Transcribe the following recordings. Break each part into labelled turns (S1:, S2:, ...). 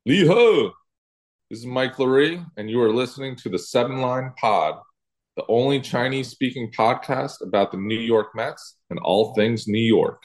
S1: Lee Ho! This is Mike Laree, and you are listening to the Seven Line Pod, the only Chinese speaking podcast about the New York Mets and all things New York.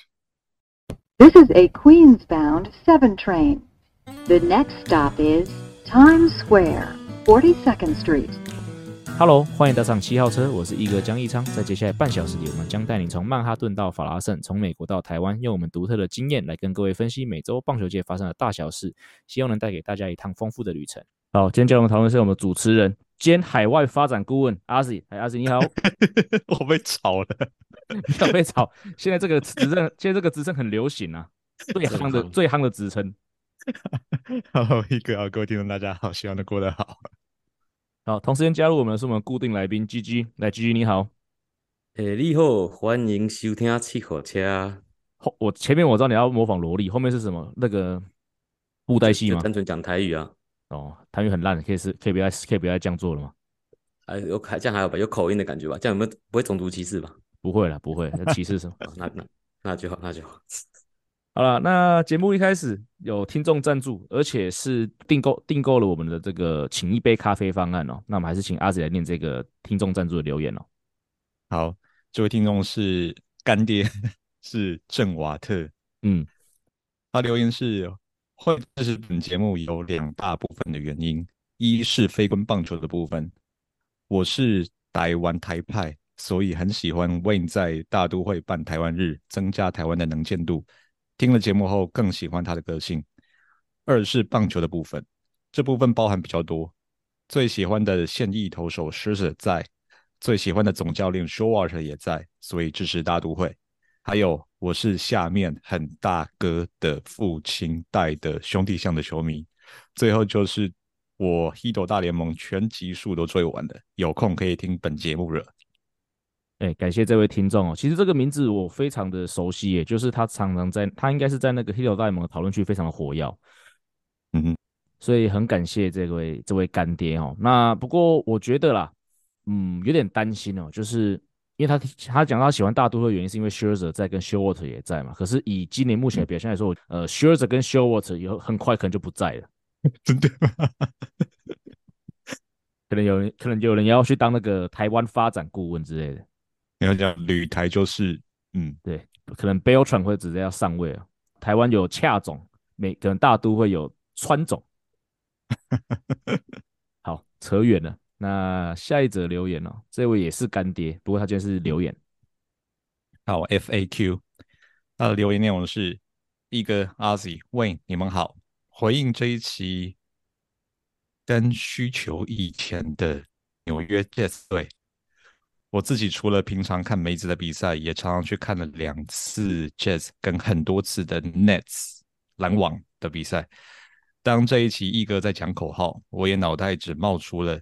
S2: This is a Queens-bound 7 train. The next stop is Times Square, 42nd Street.
S3: Hello， 欢迎搭上7号车，我是一哥江一昌。在接下来半小时里，我们将带你从曼哈顿到法拉盛，从美国到台湾，用我们独特的经验来跟各位分析美洲棒球界发生的大小事，希望能带给大家一趟丰富的旅程。好，今天叫我们讨论的是我们主持人兼海外发展顾问阿 Z。阿 Z 你好。
S4: 我被炒了。
S3: 你要被炒？现在这个职称很流行啊，最夯的职称。
S4: 好，一哥好，各位听众大家好，希望都过得好。
S3: 好，同时间加入我们的是我们固定来宾 GG， 来 GG 你好。
S5: 你好，欢迎收听七口车。
S3: 我前面我知道你要模仿萝莉，后面是什么？那个布袋戏吗？
S5: 就单纯讲台语啊。
S3: 哦，台语很烂，可以不要再这样做了吗？
S5: 这样还好吧，有口音的感觉吧？这样有没有不会种族歧视吧？
S3: 不会啦，不会。歧视什么？
S5: 那就好，那就好。
S3: 好了，那节目一开始有听众赞助，而且是订购了我们的这个请一杯咖啡方案哦。那我们还是请阿 Z 来念这个听众赞助的留言哦。
S4: 好，这位听众是干爹，是郑瓦特。他留言是会支持本节目有2大部分的原因，一是非官棒球的部分，我是台湾台派，所以很喜欢 Wayne 在大都会办台湾日，增加台湾的能见度。听了节目后更喜欢他的个性。二是棒球的部分，这部分包含比较多，最喜欢的现役投手 Scherzer 在，最喜欢的总教练 Showalter 也在，所以支持大都会。还有我是下面很大哥的父亲带的兄弟象的球迷。最后就是我 Hito 大联盟全集数都追完了，有空可以听本节目了。
S3: 感谢这位听众哦。其实这个名字我非常的熟悉耶，就是他他应该是在那个 Hito 大联盟的讨论区非常的活跃。所以很感谢这位干爹哦。那不过我觉得啦，有点担心哦，就是因为他讲他喜欢大都会的原因是因为 Scherzer 在跟 Showalter 也在嘛。可是以今年目前的表现来说，Scherzer 跟 Showalter 以后很快可能就不在了。
S4: 真的吗？
S3: 可能有人要去当那个台湾发展顾问之类的。
S4: 你要讲旅台就是
S3: 对，可能 Beltran 会直接要上位了。台湾有恰总，可能大都会有川总。好，扯远了。那下一则留言哦，这位也是干爹，不过他今天是留言。
S4: 好 FAQ， 他的留言内容是：一哥阿 Z 喂你们好，回应这一期跟需求以前的纽约 Jets 队。我自己除了平常看梅子的比赛，也常常去看了2次 Jets 跟很多次的 Nets 篮网的比赛。当这一期一哥在讲口号，我也脑袋只冒出了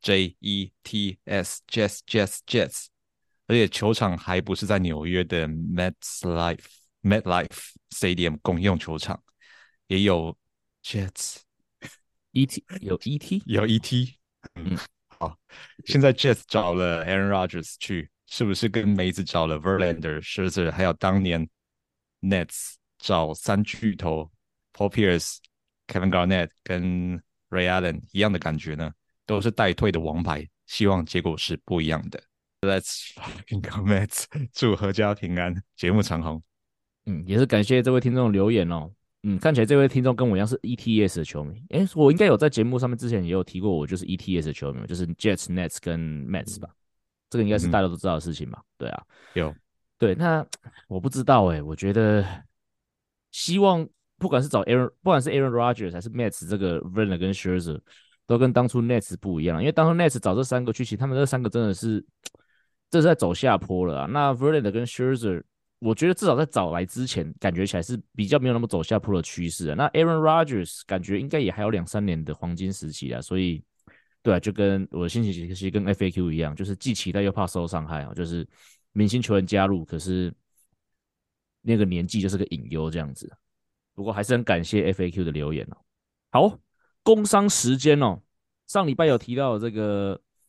S4: JETS Jets Jets Jets， 而且球场还不是在纽约的 MetLife Stadium 共用球场，也有 Jets
S3: ET 有 ET
S4: 有 ET。好，现在 Jets 找了 Aaron Rodgers 去，是不是跟梅子找了 Verlander、Scherzer， 还有当年 Nets 找3巨头 Paul Pierce、Kevin Garnett 跟 Ray Allen 一样的感觉呢？都是待退的王牌，希望结果是不一样的。Let's fucking go Mets！ 祝阖家平安，节目长红。
S3: 也是感谢这位听众的留言哦。看起来这位听众跟我一样是 ETS 的球迷。我应该有在节目上面之前也有提过，我就是 ETS 的球迷，就是 Jets、Nets 跟 Mets 吧。这个应该是大家都知道的事情吧？对啊，
S4: 有。
S3: 对，那我不知道我觉得希望不管是Aaron Rodgers 还是 Mets 这个 Verlander 跟 Scherzer 都跟当初 Nets 不一样，因为当初 Nets 找这3个去，其实他们这3个真的是这是在走下坡了啊。那 Verlander 跟 Scherzer， 我觉得至少在早来之前，感觉起来是比较没有那么走下坡的趋势啊。那 Aaron Rodgers 感觉应该也还有2、3年的黄金时期啊，所以对啊，就跟我的心情其实跟 FAQ 一样，就是既期待又怕受伤害啊，就是明星球员加入，可是那个年纪就是个隐忧这样子。不过还是很感谢 FAQ 的留言哦。好，工商时间哦，上礼拜有提到这个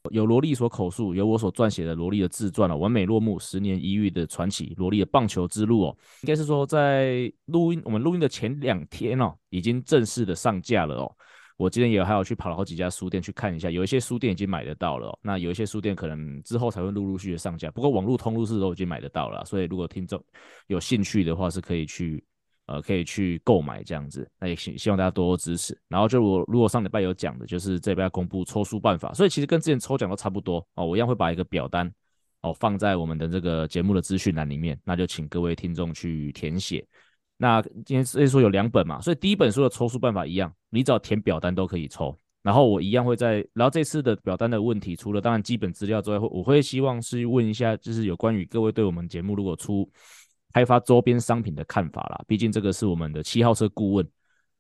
S3: 有罗莉所口述，有我所撰写的罗莉的自传完美落幕，10年一遇的传奇，罗莉的棒球之路应该是说在我们录音的前2天已经正式的上架了我今天还有去跑了好几家书店去看一下，有一些书店已经买得到了那有一些书店可能之后才会陆续的上架，不过网络通路是都已经买得到了所以如果听众有兴趣的话是可以去购买这样子，那也希望大家多多支持。然后就我如果上礼拜有讲的，就是这礼拜要公布抽书办法，所以其实跟之前抽奖都差不多我一样会把一个表单放在我们的这个节目的资讯栏里面，那就请各位听众去填写。那今天说有2本嘛，所以第一本书的抽书办法一样，你只要填表单都可以抽。然后我一样会然后这次的表单的问题，除了当然基本资料之外，我会希望是问一下，就是有关于各位对我们节目如果开发周边商品的看法啦。毕竟这个是我们的7号车顾问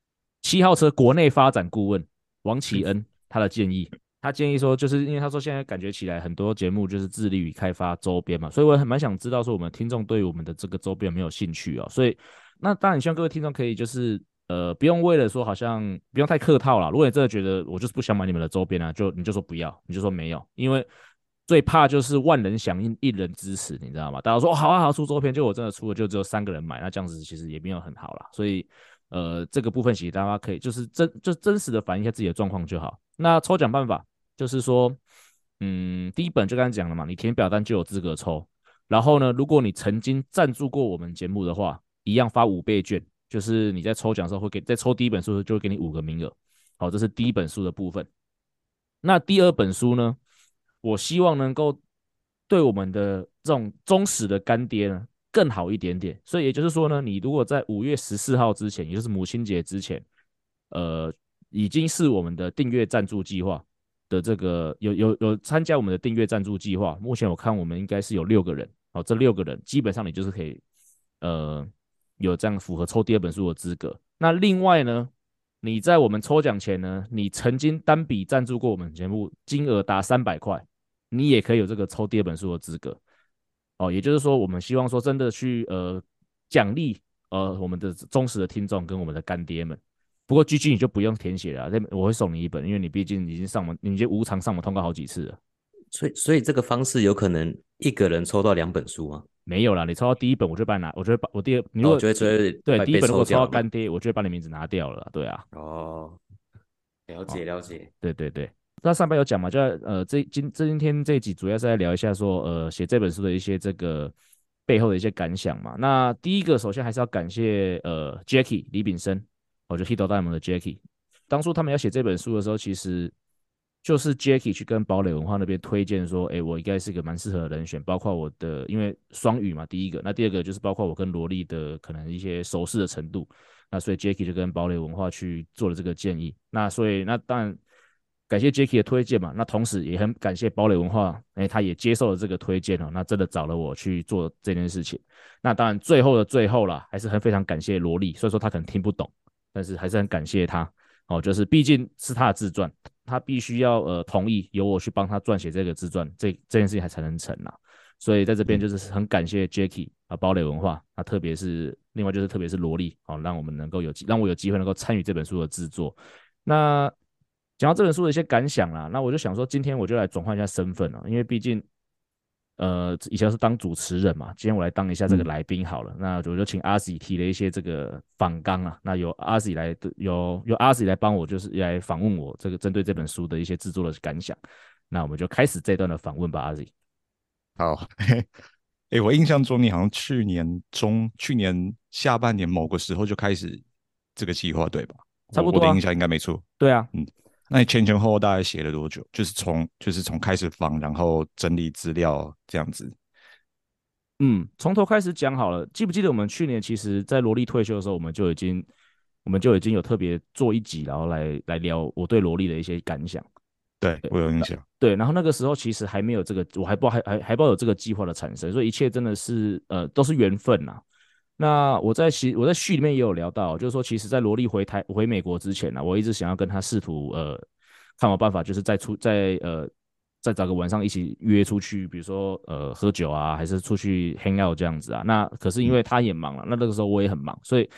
S3: ，7号车国内发展顾问王启恩他的建议。他建议说，就是因为他说现在感觉起来很多节目就是致力于开发周边嘛，所以我蛮想知道说我们听众对于我们的这个周边有没有兴趣所以那当然希望各位听众可以就是不用为了说好像不用太客套啦，如果你真的觉得我就是不想买你们的周边你就说不要，你就说没有，因为最怕就是万人响应一人支持，你知道吗？大家说好啊出周边，就我真的出了就只有3个人买，那这样子其实也没有很好啦，所以这个部分其实大家可以就是真实的反映一下自己的状况就好。那抽奖办法就是说第一本就刚才讲了嘛，你填表单就有资格抽。然后呢，如果你曾经赞助过我们节目的话，一样发5倍券，就是你在抽奖的时候在抽第一本书的时候就会给你5个名额。好，这是第一本书的部分。那第2本书呢，我希望能够对我们的这种忠实的干爹呢更好一点点。所以也就是说呢，你如果在5月14号之前，也就是母亲节之前，已经是我们的订阅赞助计划的这个有参加我们的订阅赞助计划，目前我看我们应该是有6个人这6个人基本上你就是可以有这样符合抽第2本书的资格。那另外呢，你在我们抽奖前呢，你曾经单笔赞助过我们节目金额达300块，你也可以有这个抽第2本书的资格也就是说我们希望说真的去奖励我们的忠实的听众跟我们的干爹们。不过 GG 你就不用填写了我会送你1本，因为你毕竟已经你已经无偿上网通告好几次了。
S5: 所以这个方式有可能1个人抽到2本书吗？
S3: 没有啦，你抽到第1本，我就把我第2，你如果
S5: 就会
S3: 对第1本如果抽到干爹，我就会把你名字拿掉了，对啊。
S5: 了解。
S3: 对对对，那上班有讲嘛，就今天这一集主要是来聊一下说写这本书的一些这个背后的一些感想嘛。那第一个首先还是要感谢Jackie 李炳生，就 Hito Diamond 的 Jackie， 当初他们要写这本书的时候，其实就是 Jackie 去跟堡垒文化那边推荐说，我应该是一个蛮适合的人选，包括我的因为双语嘛，第一个，那第二个就是包括我跟萝莉的可能一些熟识的程度，那所以 Jackie 就跟堡垒文化去做了这个建议。那所以那当然感谢 Jackie 的推荐嘛，那同时也很感谢堡垒文化，他也接受了这个推荐那真的找了我去做这件事情。那当然最后的最后啦，还是非常感谢萝莉，所以说他可能听不懂，但是还是很感谢他就是毕竟是他的自传，他必须要同意由我去帮他撰写这个自传，这件事情才能成啦。所以在这边就是很感谢 Jackie 堡垒文化，另外就是特别是萝莉让我有机会能够参与这本书的制作。那讲到这本书的一些感想啦，那我就想说今天我就来转换一下身份因为毕竟以前是当主持人嘛，今天我来当一下这个来宾好了。那我就请阿 Z 提了一些这个访纲那由阿 Z 来帮我，就是来访问我这个针对这本书的一些制作的感想。那我们就开始这段的访问吧，阿 Z。
S4: 好，我印象中你好像去年下半年某个时候就开始这个计划对吧？
S3: 差不多
S4: 我的印象应该没错。
S3: 对啊，
S4: 那你前后大概写了多久？就是从开始放，然后整理资料这样子。
S3: 从头开始讲好了。记不记得我们去年其实在萝莉退休的时候，我们就已经有特别做一集，然后来聊我对萝莉的一些感想。
S4: 对，我有印象。
S3: 对，然后那个时候其实还没有这个，我还不知道有这个计划的产生，所以一切真的是都是缘分呐。那我在序里面也有聊到，就是说其实在萝莉回美国之前我一直想要跟他试图看有办法，就是再找个晚上一起约出去，比如说喝酒还是出去 hang out 这样子那可是因为他也忙了，那个时候我也很忙，所以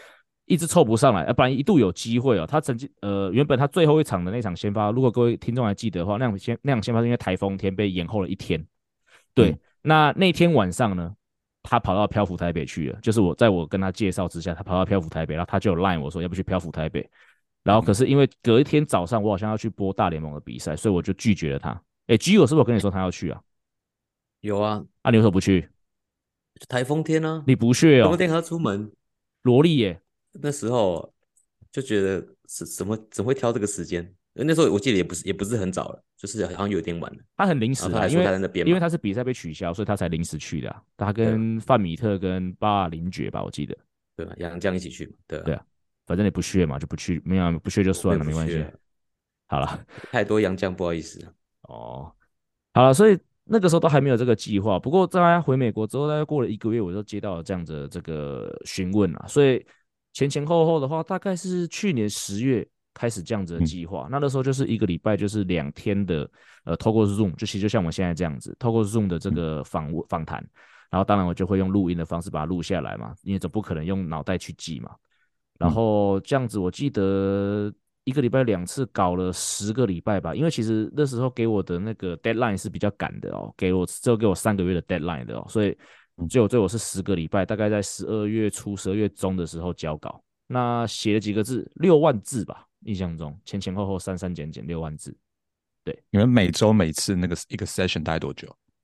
S3: 一直凑不上来，本来一度有机会哦，他曾经原本他最后一场的那场先发，如果各位听众还记得的话，那场先发是因为台风天被延后了一天。对，那天晚上呢，他跑到漂浮台北去了，就是在我跟他介绍之下，他跑到漂浮台北，然后他就有 line 我说要不去漂浮台北，然后可是因为隔一天早上我好像要去播大联盟的比赛，所以我就拒绝了他。G 我是不是有跟你说他要去啊？
S5: 有啊，
S3: 你为什么不去？
S5: 台风天啊，
S3: 你不去哦？
S5: 台风天还要出门，
S3: 萝莉耶！
S5: 那时候就觉得怎么会挑这个时间？那时候我记得也不是很早了，就是好像有点晚了。
S3: 他很临时
S5: 他还说他在那边嘛，
S3: 因为他是比赛被取消，所以他才临时去的他跟范米特跟巴尔林爵吧，我记得。
S5: 对吧？杨绛一起去嘛，对啊。
S3: 反正你不屑嘛，就不去，没有不屑就算了，没关系。好了，
S5: 太多洋将不好意思。
S3: 哦，好了，所以那个时候都还没有这个计划。不过在他回美国之后，大概过了1个月，我就接到了这样的这个询问了。所以前后的话，大概是去年10月开始这样子的计划。那时候就是1个礼拜，就是2天的透过 Zoom， 其实就像我们现在这样子，透过 Zoom 的这个访谈。然后当然我就会用录音的方式把它录下来嘛，因为总不可能用脑袋去记嘛。然后这样子，我记得1个礼拜2次，搞了10个礼拜吧。因为其实那时候给我的那个 deadline 是比较赶的哦，给我3个月的 deadline 的哦，所以最后是10个礼拜，大概在12月初、12月中的时候交稿。那写了几个字，6万字吧，印象中前后删减6万字。对，
S4: 你们每周每次那个一个 session 大概多久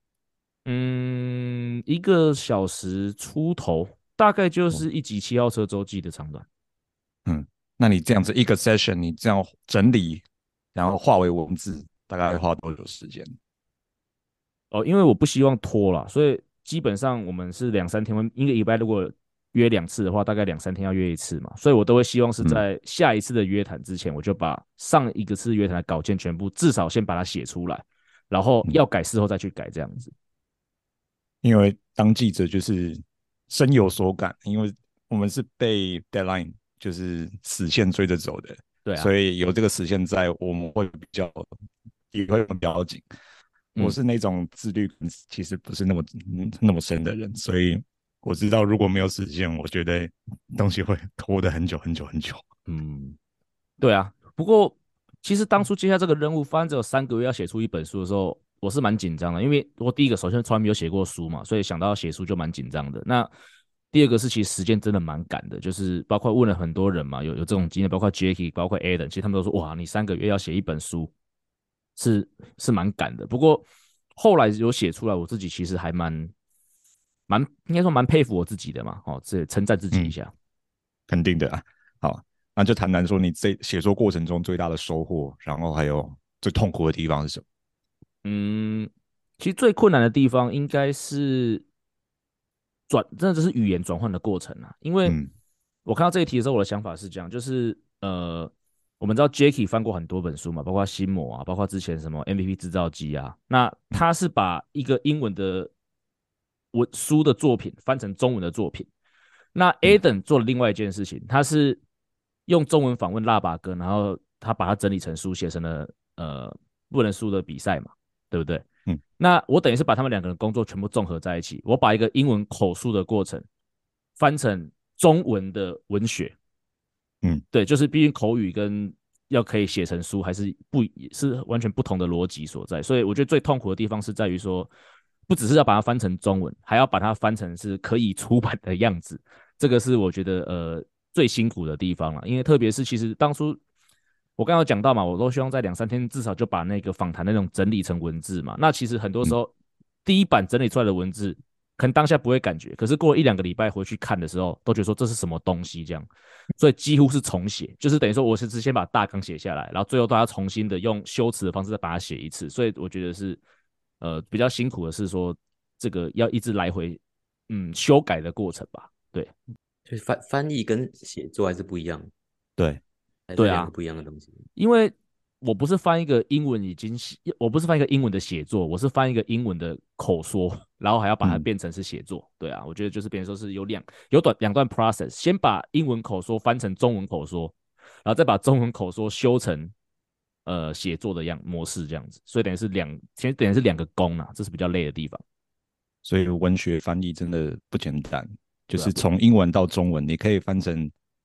S3: ？1个小时出头，大概就是一集7号车周记的长短。
S4: 那你这样子一个 session， 你这样整理，然后化为文字，大概会花多久时间？
S3: 因为我不希望拖啦，所以基本上我们是2-3天，一个礼拜如果约2次的话，大概2-3天要约1次嘛，所以我都会希望是在下一次的约谈之前，我就把上一个次约谈的稿件全部至少先把它写出来，然后要改事后再去改这样子。
S4: 因为当记者就是深有所感，因为我们是被 deadline 就是死线追着走的，
S3: 对啊，
S4: 所以有这个死线在，我们会也会比较紧。我是那种自律其实不是那么深的人，所以我知道如果没有死线，我觉得东西会拖得很久很久很久。
S3: 对啊。不过其实当初接下这个任务，发现只有3个月要写出一本书的时候，我是蛮紧张的，因为我第一个首先从来没有写过书嘛，所以想到要写书就蛮紧张的。那第二个是其实时间真的蛮赶的，就是包括问了很多人嘛，有这种经验，包括 Jackie， 包括 Adam， 其实他们都说哇，你3个月要写一本书，是蛮赶的。不过后来有写出来，我自己其实还蛮应该说蛮佩服我自己的嘛，这称赞自己一下。
S4: 肯定的啊。好，那就谈谈说你这写作过程中最大的收获，然后还有最痛苦的地方是什么？
S3: 其实最困难的地方应该是真的就是语言转换的过程啊。因为我看到这一题的时候，我的想法是这样，就是我们知道 Jackie 翻过很多本书嘛，包括心魔啊，包括之前什么 MVP 制造机啊，那他是把一个英文的书的作品翻成中文的作品。那 Adam 做了另外一件事情，他是用中文访问腊八哥，然后他把它整理成书，写成了不能输的比赛嘛，对不对？那我等于是把他们2个人工作全部综合在一起，我把一个英文口述的过程翻成中文的文学。对，就是毕竟口语跟要可以写成书还是完全不同的逻辑所在，所以我觉得最痛苦的地方是在于说，不只是要把它翻成中文，还要把它翻成是可以出版的样子，这个是我觉得最辛苦的地方了。因为特别是其实当初我刚刚有讲到嘛，我都希望在2-3天至少就把那个访谈那种整理成文字嘛。那其实很多时候第一版整理出来的文字，可能当下不会感觉，可是过了1-2个礼拜回去看的时候，都觉得说这是什么东西这样，所以几乎是重写，就是等于说我是先把大纲写下来，然后最后都要重新的用修辞的方式再把它写一次，所以我觉得是比较辛苦的是说这个要一直来回修改的过程吧。对，
S5: 就是翻译跟写作还是不一样。
S4: 对，
S3: 对啊，
S5: 不一样的东西。
S3: 因为我不是翻一个英文我不是翻一个英文的写作，我是翻一个英文的口说，然后还要把它变成是写作。对啊，我觉得就是变成说是有两段 process， 先把英文口说翻成中文口说，然后再把中文口说修成写作的模式这样子，所以等于是2个工啊，这是比较累的地方。
S4: 所以文学翻译真的不简单，就是从英文到中文，你可以翻成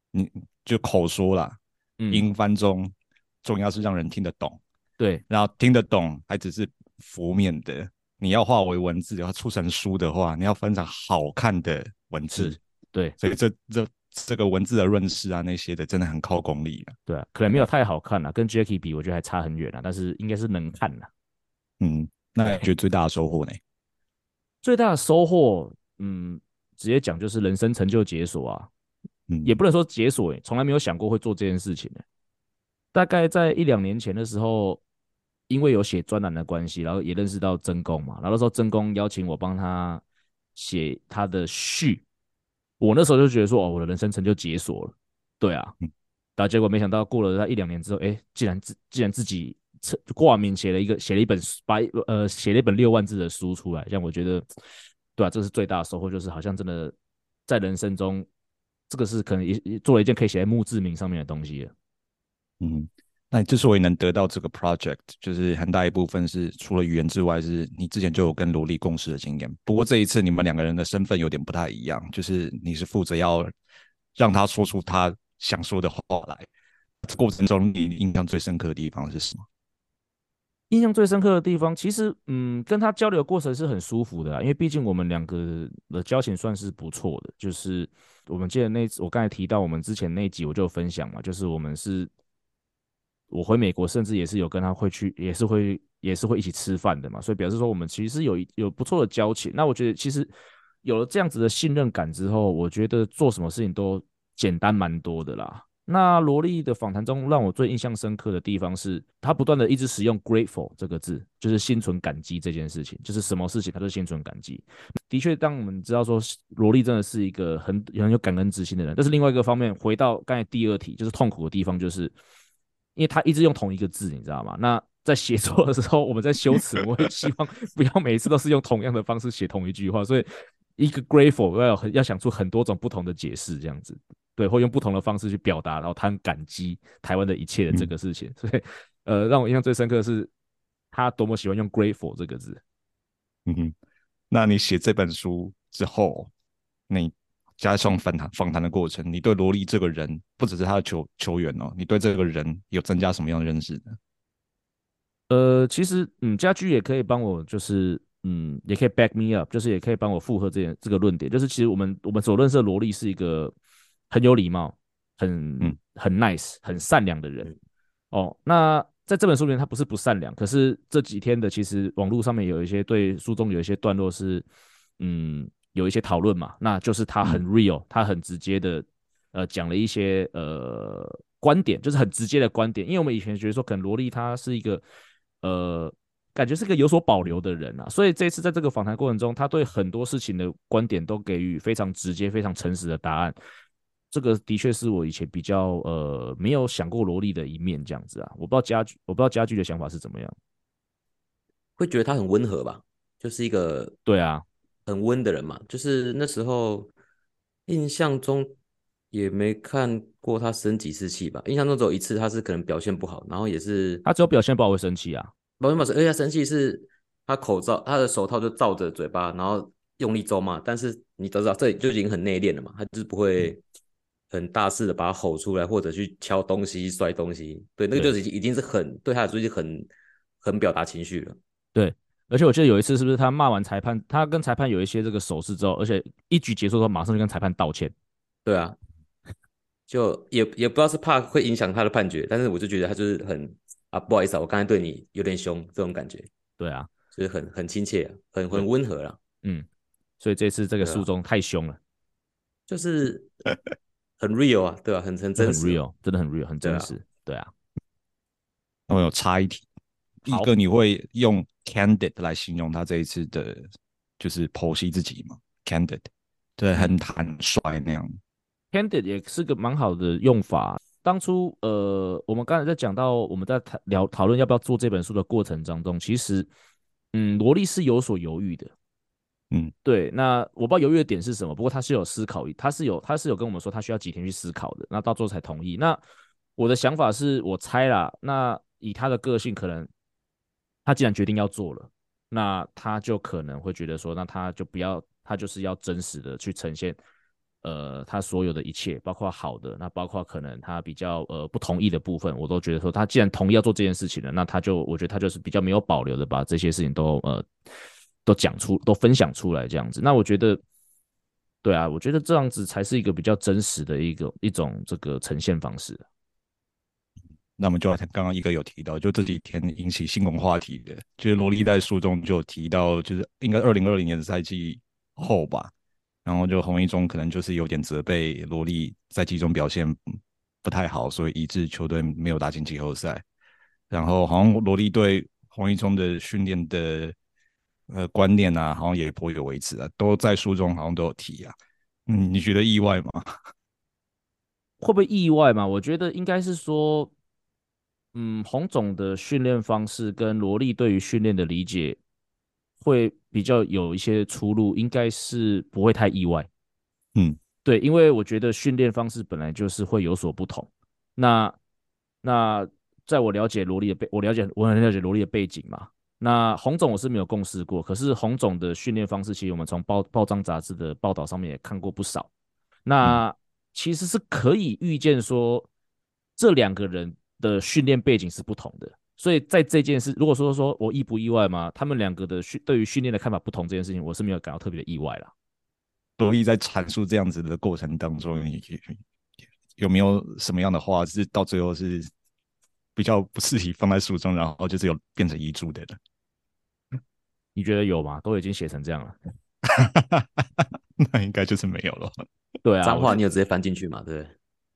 S4: 你就口说啦，
S3: 嗯，
S4: 英翻中，重要是让人听得懂。
S3: 对，
S4: 然后听得懂还只是浮面的，你要化为文字，要出成书的话，你要分成好看的文字。
S3: 是，对，
S4: 所以这个文字的润饰啊那些的，真的很靠功力啊。
S3: 对啊，可能没有太好看啦，跟 Jackie 比，我觉得还差很远啦，但是应该是能看啦。
S4: 那你觉得最大的收获呢？
S3: 最大的收获，直接讲就是人生成就解锁啊，也
S4: 嗯
S3: 不能说解锁，从来没有想过会做这件事情的。大概在1、2年前的时候，因为有写专栏的关系，然后也认识到真宫嘛，然后那时候真宫邀请我帮他写他的序，我那时候就觉得说，哦，我的人生成就解锁了，对啊，
S4: 嗯
S3: 然后结果没想到过了1、2年之后，哎，既然自己挂名写了一本写了一本6万字的书出来，像我觉得，对啊，这是最大的收获，就是好像真的在人生中，这个是可能也做了一件可以写在墓志铭上面的东西了。
S4: 嗯，那你之所以能得到这个 project，就是很大一部分是除了语言之外，是你之前就有跟萝莉共事的经验。不过这一次你们两个人的身份有点不太一样，就是你是负责要让他说出他想说的话来。过程中你印象最深刻的地方是什么？
S3: 印象最深刻的地方，其实跟他交流的过程是很舒服的啦，因为毕竟我们两个的交情算是不错的。就是我们记得我刚才提到我们之前那一集我就有分享嘛，就是我回美国，甚至也是有跟他会去，也是会一起吃饭的嘛，所以表示说我们其实是有不错的交情。那我觉得其实有了这样子的信任感之后，我觉得做什么事情都简单蛮多的啦。那罗莉的访谈中，让我最印象深刻的地方是，他不断的一直使用 grateful 这个字，就是心存感激这件事情，就是什么事情他都心存感激。的确，当我们知道说罗莉真的是一个很有感恩之心的人，但是另外一个方面，回到刚才第二题，就是痛苦的地方，就是因为他一直用同一个字，你知道吗？那在写作的时候，我们在修辞，我们会希望不要每一次都是用同样的方式写同一句话，所以一个 grateful 要想出很多种不同的解释，这样子。对，会用不同的方式去表达，然后他很感激台湾的一切的这个事情，所以让我印象最深刻的是他多么喜欢用 grateful 这个字。
S4: 嗯哼，那你写这本书之后，你加上访谈的过程，你对罗莉这个人，不只是他的球员哦，你对这个人有增加什么样的认识呢？
S3: 其实家居也可以帮我，就是也可以 back me up，就是也可以帮我附和这个论点，就是其实我们所认识的萝莉是一个很有礼貌、很 nice、很善良的人哦。那在这本书里面，他不是不善良，可是这几天的其实网络上面有一些对书中有一些段落是有一些讨论嘛，那就是他很 real，他很直接的讲了一些观点，就是很直接的观点，因为我们以前觉得说可能萝莉她是一个感觉是个有所保留的人啊，所以这一次在这个访谈过程中，他对很多事情的观点都给予非常直接、非常诚实的答案。这个的确是我以前比较没有想过萝莉的一面这样子啊，我不知道家具的想法是怎么样。
S5: 会觉得他很温和吧，就是一个
S3: 对啊，
S5: 很温的人嘛。就是那时候印象中也没看过他生几次气吧，印象中只有一次他是可能表现不好，然后也是
S3: 他只有表现不好会生气啊。
S5: 保险保而且他生气是他的手套就罩着嘴巴，然后用力咒骂，但是你都知道这就已经很内敛了嘛，他就是不会很大肆的把它吼出来，或者去敲东西、摔东西，对，那个就已经是对他来说已经很表达情绪了。
S3: 对，而且我记得有一次是不是他骂完裁判，他跟裁判有一些这个手势之后，而且一局结束之后马上就跟裁判道歉。
S5: 对啊，就也不知道是怕会影响他的判决，但是我就觉得他就是不好意思啊，我刚才对你有点凶这种感觉，
S3: 对啊，
S5: 就是很亲切啊，很
S3: 对，
S5: 温和啦，
S3: 所以这次这个
S5: 对啊，
S3: 书中太凶了，
S5: 就是很 real 啊，对吧、很
S3: 这很
S5: 真实啊，
S3: real，真的很 real，很
S5: 对啊，
S3: 真实。对啊，
S4: 那我有插一题，第一
S3: 好
S4: 个你会用 candid 来形容他这一次的，就是剖析自己吗？candid，对，很坦率那样。
S3: ，candid 也是个蛮好的用法。当初我们刚才在讲到我们在讨论要不要做这本书的过程当中，其实罗莉是有所犹豫的。对，那我不知道犹豫的点是什么，不过他是有思考，他是有跟我们说他需要几天去思考的，那到最后才同意。那我的想法是我猜啦，那以他的个性，可能他既然决定要做了，那他就可能会觉得说，那他就不要，他就是要真实的去呈现他所有的一切，包括好的，那包括可能他比较不同意的部分，我都觉得说他既然同意要做这件事情了，那我觉得他就是比较没有保留的把这些事情都都分享出来这样子。那我觉得，对啊，我觉得这样子才是一个比较真实的一种这个呈现方式。
S4: 那我们就刚刚一个有提到，就这几天引起新闻话题的，就是罗莉在书中就有提到，就是应该2020年的赛季后吧，然后就洪一中可能就是有点责备罗莉赛季中表现不太好，所以以致球队没有打进季后赛。然后好像罗莉对洪一中的训练的观念啊，好像也颇有微词啊，都在书中好像都有提啊。你觉得意外吗？
S3: 会不会意外嘛？我觉得应该是说，洪总的训练方式跟罗莉对于训练的理解会比较有一些出入，应该是不会太意外。
S4: 嗯，
S3: 对，因为我觉得训练方式本来就是会有所不同。那在我很了解罗莉的背景嘛。那洪总我是没有共事过，可是洪总的训练方式，其实我们从报章杂志的报道上面也看过不少。那其实是可以预见说，这两个人的训练背景是不同的。所以在这件事，如果说我意不意外吗？他们两个的对于训练的看法不同这件事情，我是没有感到特别的意外啦。
S4: 罗莉在阐述这样子的过程当中，有没有什么样的话是到最后是比较不适宜放在书中，然后就是有变成遗著的呢？
S3: 你觉得有吗？都已经写成这样了。
S4: 那应该就是没有了。
S3: 对啊，
S5: 脏话你有直接翻进去嘛？对不对？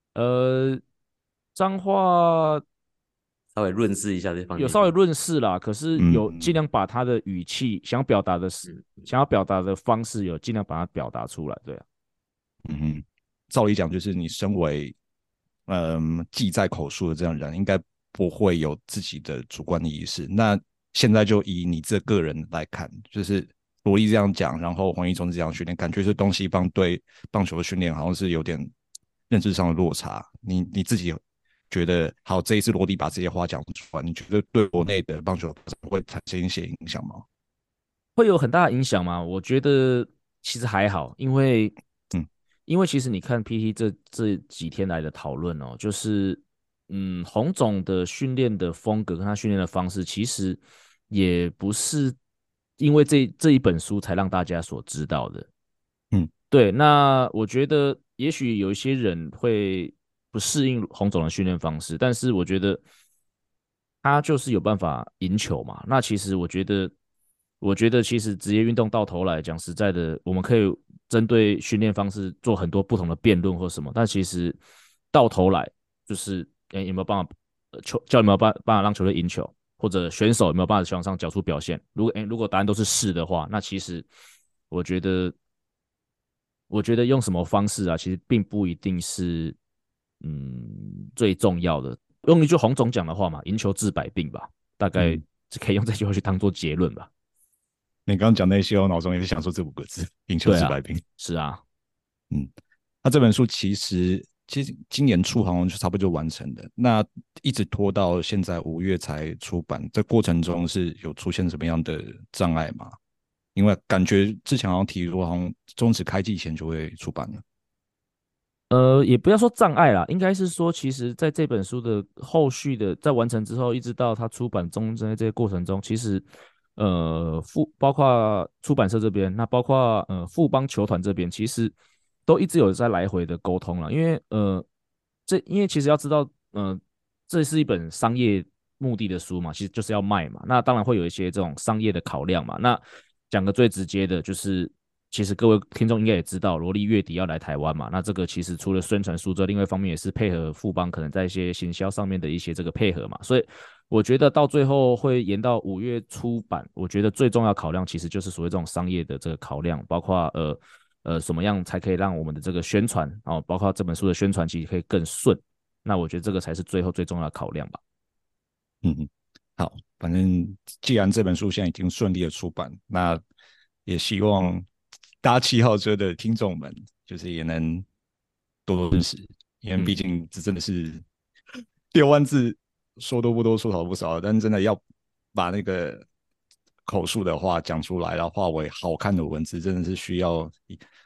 S3: 脏话
S5: 稍微润饰一下再放
S3: 有稍微
S5: 进去。
S3: 润饰啦，可是有尽量把他的语气想要表达的方式有尽量把它表达出来。对啊，
S4: 照理讲，就是你身为记在口述的这样的人，应该不会有自己的主观的意识。那现在就以你这个人来看，就是罗莉这样讲，然后黄一中这样训练，感觉是东西方对棒球的训练好像是有点认知上的落差。你自己觉得，好，这一次罗莉把这些话讲出来，你觉得对国内的棒球会产生一些影响吗？
S3: 会有很大的影响吗？我觉得其实还好，因为其实你看 PT 这几天来的讨论哦，就是洪总的训练的风格跟他训练的方式，其实也不是因为这一本书才让大家所知道的。对，那我觉得也许有一些人会不适应洪总的训练方式，但是我觉得他就是有办法赢球嘛。那其实我觉得其实职业运动到头来讲实在的，我们可以针对训练方式做很多不同的辩论或什么，但其实到头来就是有没有办法教练有没有办法让球队赢球，或者选手有没有办法在球场上缴出表现。如果答案都是是的话，那其实我觉得用什么方式啊，其实并不一定是最重要的。用一句洪总讲的话嘛，赢球治百病吧，大概是可以用这句话去当做结论吧。
S4: 你刚刚讲那些，我脑中也是想说这5个字：赢球治百病。
S3: 是啊，
S4: 那这本书其实今年初好像就差不多就完成的，那一直拖到现在5月才出版，这过程中是有出现什么样的障碍吗？因为感觉之前好像提说，好像终止开季前就会出版了。
S3: 也不要说障碍啦，应该是说，其实在这本书的后续的在完成之后，一直到它出版中间这些过程中，其实包括出版社这边，那包括富邦球团这边，其实都一直有在来回的沟通了。因为其实要知道，这是一本商业目的的书嘛，其实就是要卖嘛，那当然会有一些这种商业的考量嘛。那讲个最直接的，就是其实各位听众应该也知道，罗莉月底要来台湾嘛，那这个其实除了宣传书之外，另外一方面也是配合富邦可能在一些行销上面的一些这个配合嘛，所以我觉得到最后会延到5月出版，我觉得最重要考量其实就是所谓这种商业的这个考量，包括什么样才可以让我们的这个宣传哦，包括这本书的宣传其实可以更顺，那我觉得这个才是最后最重要的考量吧。
S4: 好，反正既然这本书现在已经顺利的出版，那也希望大家7号车的听众们，就是也能多多认识，因为毕竟这真的是6万字，说多不多，说少不少，但真的要把那个口述的话讲出来，然后化为好看的文字，真的是需要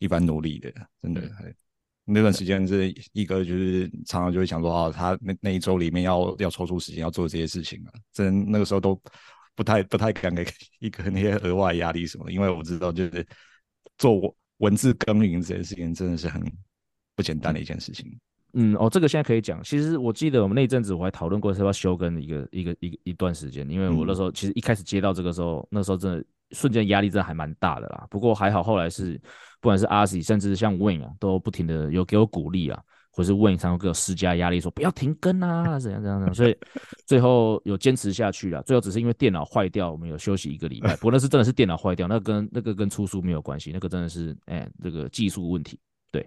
S4: 一番努力的，真的。那段时间是一个就是常常就会想说啊，他那一周里面要抽出时间要做这些事情啊，真那个时候都不太敢给一个那些额外压力什么的，因为我知道就是做文字耕耘这件事情真的是很不简单的一件事情。
S3: 这个现在可以讲。其实我记得我们那阵子我还讨论过是要休更一段时间，因为我那时候其实一开始接到这个时候，那时候真的瞬间压力真的还蛮大的啦。不过还好后来是不管是阿喜甚至像 Wayne 啊，都不停的有给我鼓励啊，或是 Wayne 常常给我施加压力说不要停更啊，怎样，所以最后有坚持下去啦。最后只是因为电脑坏掉，我们有休息1个礼拜。不过那是真的是电脑坏掉，那个跟出书没有关系，那个真的是这个技术问题。对，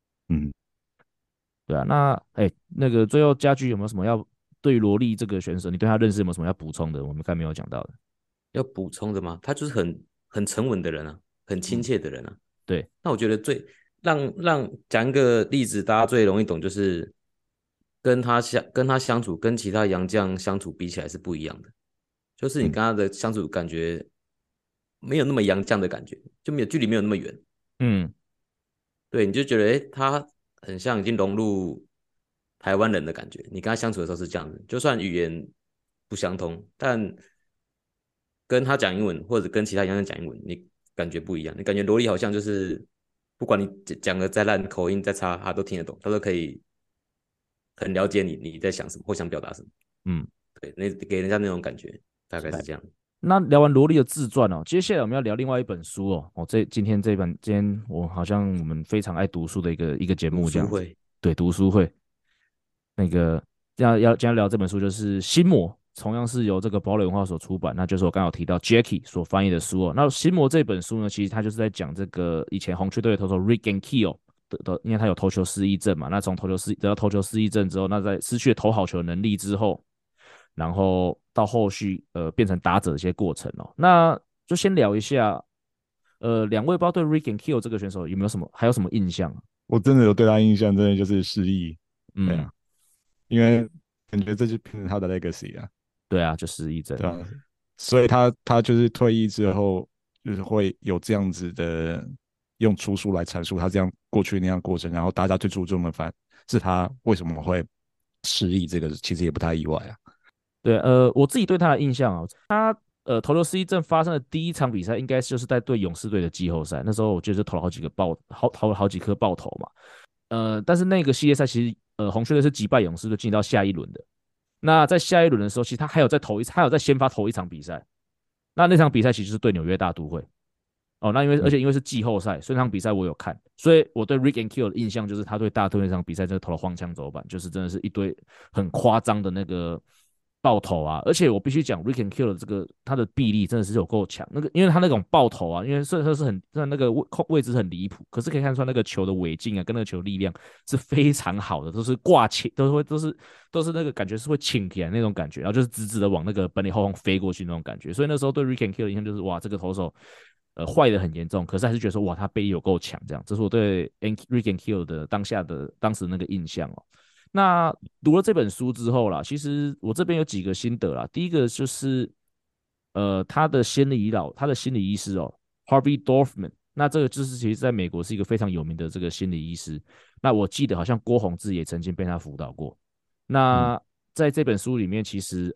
S3: 对啊，那个最后家居有没有什么要对于罗莉这个选手，你对他认识有没有什么要补充的？我们刚才没有讲到的。
S5: 要补充的吗？他就是很沉稳的人啊，很亲切的人啊。
S3: 对，
S5: 那我觉得让讲一个例子，大家最容易懂，就是跟他相处，跟其他洋将相处比起来是不一样的。就是你跟他的相处感觉没有那么洋将的感觉，就没有距离没有那么远。对，你就觉得他很像已经融入台湾人的感觉。你跟他相处的时候是这样子，就算语言不相通，但跟他讲英文或者跟其他洋人讲英文，你感觉不一样。你感觉罗莉好像就是不管你讲的再烂，口音再差，他都听得懂，他都可以很了解你在想什么或想表达什么。对，那给人家那种感觉大概是这样。
S3: 那聊完罗莉的自传哦，接下来我们要聊另外一本书哦。今天我好像我们非常爱读书的一个节目这样子。
S5: 读书会，
S3: 对，读书会。那个今天聊这本书就是《心魔》，同样是由这个堡垒文化所出版，那就是我刚好提到 Jackie 所翻译的书哦。那《心魔》这本书呢，其实它就是在讲这个以前红雀队的投手 Rick Ankiel 因为他有投球失忆症嘛，那从得到投球失忆症之后，那在失去了投好球的能力之后，然后到后续变成打者的一些过程哦。那就先聊一下，两位不知道对 Rick Ankiel 这个选手有没有还有什么印象？
S4: 我真的有对他印象，真的就是失忆。对啊，因为感觉这就变成他的 legacy 啊。
S3: 对啊，就失忆症。
S4: 对啊，所以他就是退役之后，就是会有这样子的用出书来阐述他这样过去那样过程，然后大家最注重的是他为什么会失忆，这个其实也不太意外啊。
S3: 对，我自己对他的印象他投球失忆症发生的第一场比赛，应该就是在对勇士队的季后赛，那时候我记得就投了好几颗爆头嘛。但是那个系列赛其实红雀队是击败勇士队进到下一轮的。那在下一轮的时候，其实他还有在先发投一场比赛。那场比赛其实是对纽约大都会。那而且因为是季后赛，所以那场比赛我有看，所以我对 Rick Ankiel 的印象就是他对大都会那场比赛真的投了荒腔走板，就是真的是一堆很夸张的那个爆头啊。而且我必须讲 Rick Ankiel 的他的臂力真的是有够强，因为他那种爆头啊，因为虽然是那个位置很离谱，可是可以看出来那个球的尾劲啊，跟那个球力量是非常好的，都是挂起，都是那个感觉是会倾起来那种感觉，然后就是直直的往那个本垒后方飞过去那种感觉。所以那时候对 Rick Ankiel 的印象就是哇，这个投手坏的很严重，可是还是觉得说哇，他臂力有够强，这样，这是我对 Rick Ankiel 的当时那个印象哦。那读了这本书之后啦，其实我这边有几个心得啦。第一个就是他的心理医师Harvey Dorfman， 那这个就是其实在美国是一个非常有名的这个心理医师。那我记得好像郭宏志也曾经被他辅导过。那在这本书里面，其实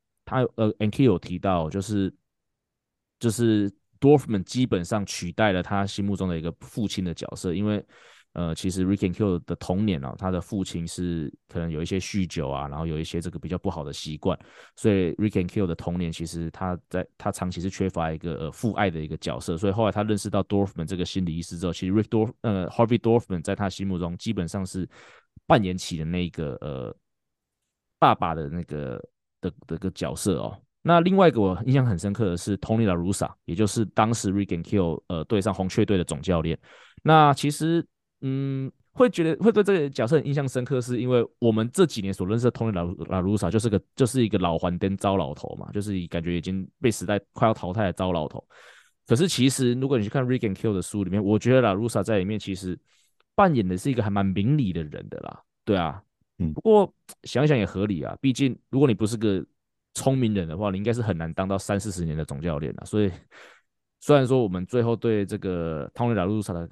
S3: Ankiel 有提到就是Dorfman 基本上取代了他心目中的一个父亲的角色，因为其实 Rick Ankiel 的童年他的父亲是可能有一些酗酒啊，然后有一些这个比较不好的习惯，所以 Rick Ankiel 的童年其实他长期是缺乏一个父爱的一个角色，所以后来他认识到 Dorfman 这个心理医师之后，其实 Harvey Dorfman 在他心目中基本上是扮演起的那个爸爸的那个的角色哦。那另外一个我印象很深刻的是 Tony La Russa， 也就是当时 Rick Ankiel 对上红雀队的总教练。那其实会对这个角色很印象深刻，是因为我们这几年所认识的 Tony La Russa 就是一个老还灯糟老头嘛，就是感觉已经被时代快要淘汰的糟老头。可是其实如果你去看 Rick Ankiel 的书里面，我觉得 La Russa 在里面其实扮演的是一个还蛮明理的人的啦。对啊，不过想一想也合理啊，毕竟如果你不是个聪明人的话，你应该是很难当到30-40年的总教练啊。所以虽然说我们最后对这个汤姆·拉鲁萨的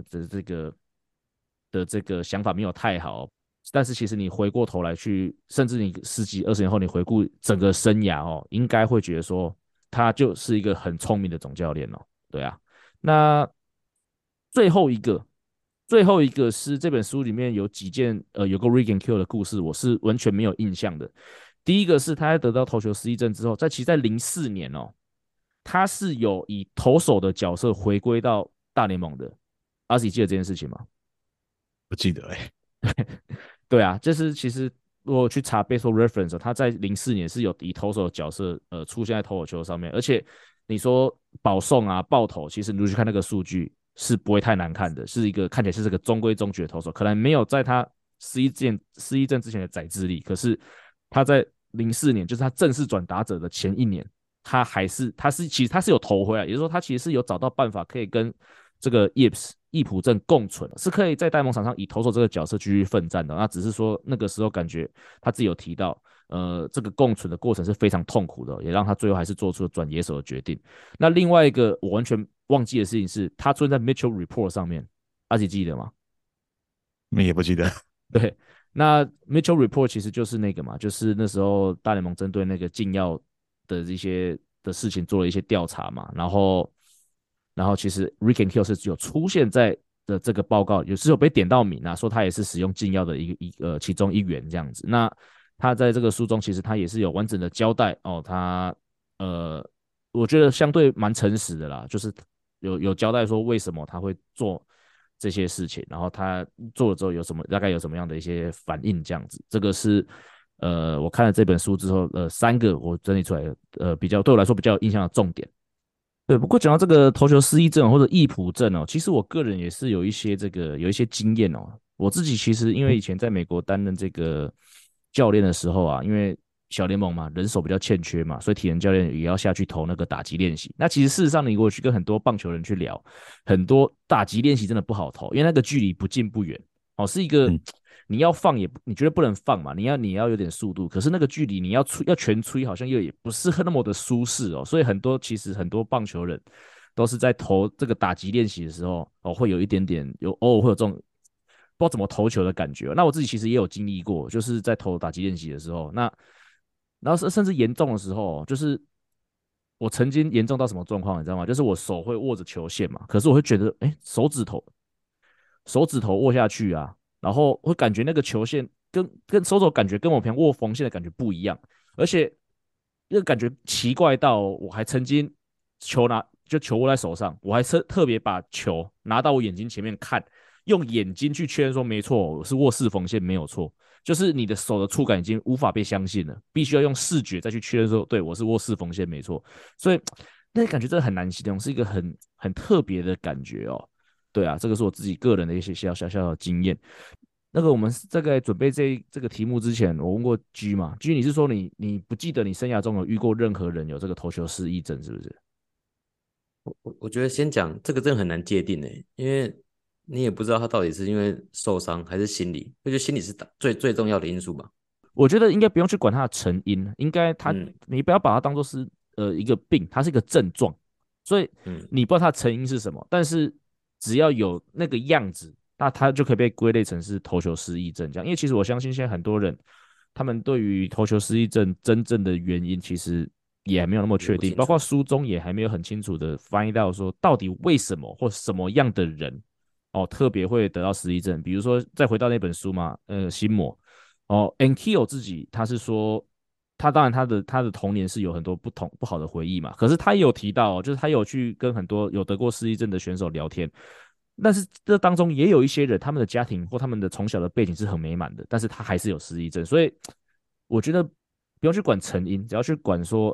S3: 这个想法没有太好，但是其实你回过头来去，甚至你10几20年后你回顾整个生涯哦，应该会觉得说他就是一个很聪明的总教练哦。对啊，那最后一个。最后一个是这本书里面有几件有个 Rig and Kill 的故事，我是完全没有印象的。第一个是他在得到投球失忆症之后，其实在04年哦，他是有以投手的角色回归到大联盟的。阿喜记得这件事情吗？
S4: 不记得哎。
S3: 对啊，就是其实如果去查 Baseball Reference，他在04年是有以投手的角色出现在投手球上面，而且你说保送啊、爆投，其实你去看那个数据是不会太难看的，是一个看起来是个中规中矩的投手，可能没有在他失忆症之前的宰制力，可是他在04年，就是他正式转打者的前一年，其实他是有投回来，也就是说他其实是有找到办法可以跟这个易普症共存，是可以在大联盟场上以投手这个角色继续奋战的。那只是说那个时候感觉他自己有提到，这个共存的过程是非常痛苦的，也让他最后还是做出了转野手的决定。那另外一个我完全忘记的事情是，他出现在 Mitchell Report 上面，阿吉记得吗？
S4: 也不记得。
S3: 对，那 Mitchell Report 其实就是那个嘛，就是那时候大联盟针对那个禁药的一些的事情做了一些调查嘛，然后其实 Rick and Kill 是有出现在的这个报告，有被点到名啊，说他也是使用禁药的其中一员这样子。那他在这个书中其实他也是有完整的交代哦，我觉得相对蛮诚实的啦，就是有交代说为什么他会做这些事情，然后他做了之后大概有什么样的一些反应这样子。这个是我看了这本书之后3个我整理出来的比较对我来说比较有印象的重点。对，不过讲到这个投球失忆症或者易谱症哦，其实我个人也是有一些经验哦。我自己其实因为以前在美国担任这个教练的时候啊，因为小联盟嘛，人手比较欠缺嘛，所以体能教练也要下去投那个打击练习。那其实事实上，你如果去跟很多棒球人去聊，很多打击练习真的不好投，因为那个距离不近不远，哦，是一个你要放你觉得不能放嘛，你要有点速度，可是那个距离你要全吹，好像也不是那么的舒适哦，所以其实很多棒球人都是在投这个打击练习的时候哦，会有一点点偶尔会有这种不知道怎么投球的感觉。那我自己其实也有经历过，就是在投打击练习的时候，然后甚至严重的时候，就是我曾经严重到什么状况，你知道吗？就是我手会握着球线嘛，可是我会觉得，哎，手指头握下去啊，然后会感觉那个球线跟手肘感觉跟我平常握缝线的感觉不一样，而且那个感觉奇怪到我还曾经球握在手上，我还特别把球拿到我眼睛前面看，用眼睛去确认说没错，我是握四缝线没有错。就是你的手的触感已经无法被相信了，必须要用视觉再去确认说，对我是握四缝线没错。所以那感觉真的很难形容，是一个很特别的感觉哦。对啊，这个是我自己个人的一些小的经验。那个我们在准备这个题目之前，我问过 G 嘛，G 你是说你不记得你生涯中有遇过任何人有这个投球失忆症是不是？
S5: 我觉得先讲这个真的很难界定诶，因为你也不知道他到底是因为受伤还是心理，我觉得心理是最重要的因素吧。
S3: 我觉得应该不用去管它的成因，应该你不要把它当做是一个病，它是一个症状，所以你不知道它的成因是什么，但是只要有那个样子，那它就可以被归类成是投球失忆症这样。因为其实我相信现在很多人，他们对于投球失忆症真正的原因其实也还没有那么确定，包括书中也还没有很清楚的翻译到说到底为什么或什么样的人哦特别会得到失忆症。比如说再回到那本书嘛，心魔。哦 ，Ankyo 自己他是说，他当然他的童年是有很多不好的回忆嘛，可是他也有提到，就是他有去跟很多有得过失忆症的选手聊天，但是这当中也有一些人，他们的家庭或他们的从小的背景是很美满的，但是他还是有失忆症，所以我觉得不用去管成因，只要去管说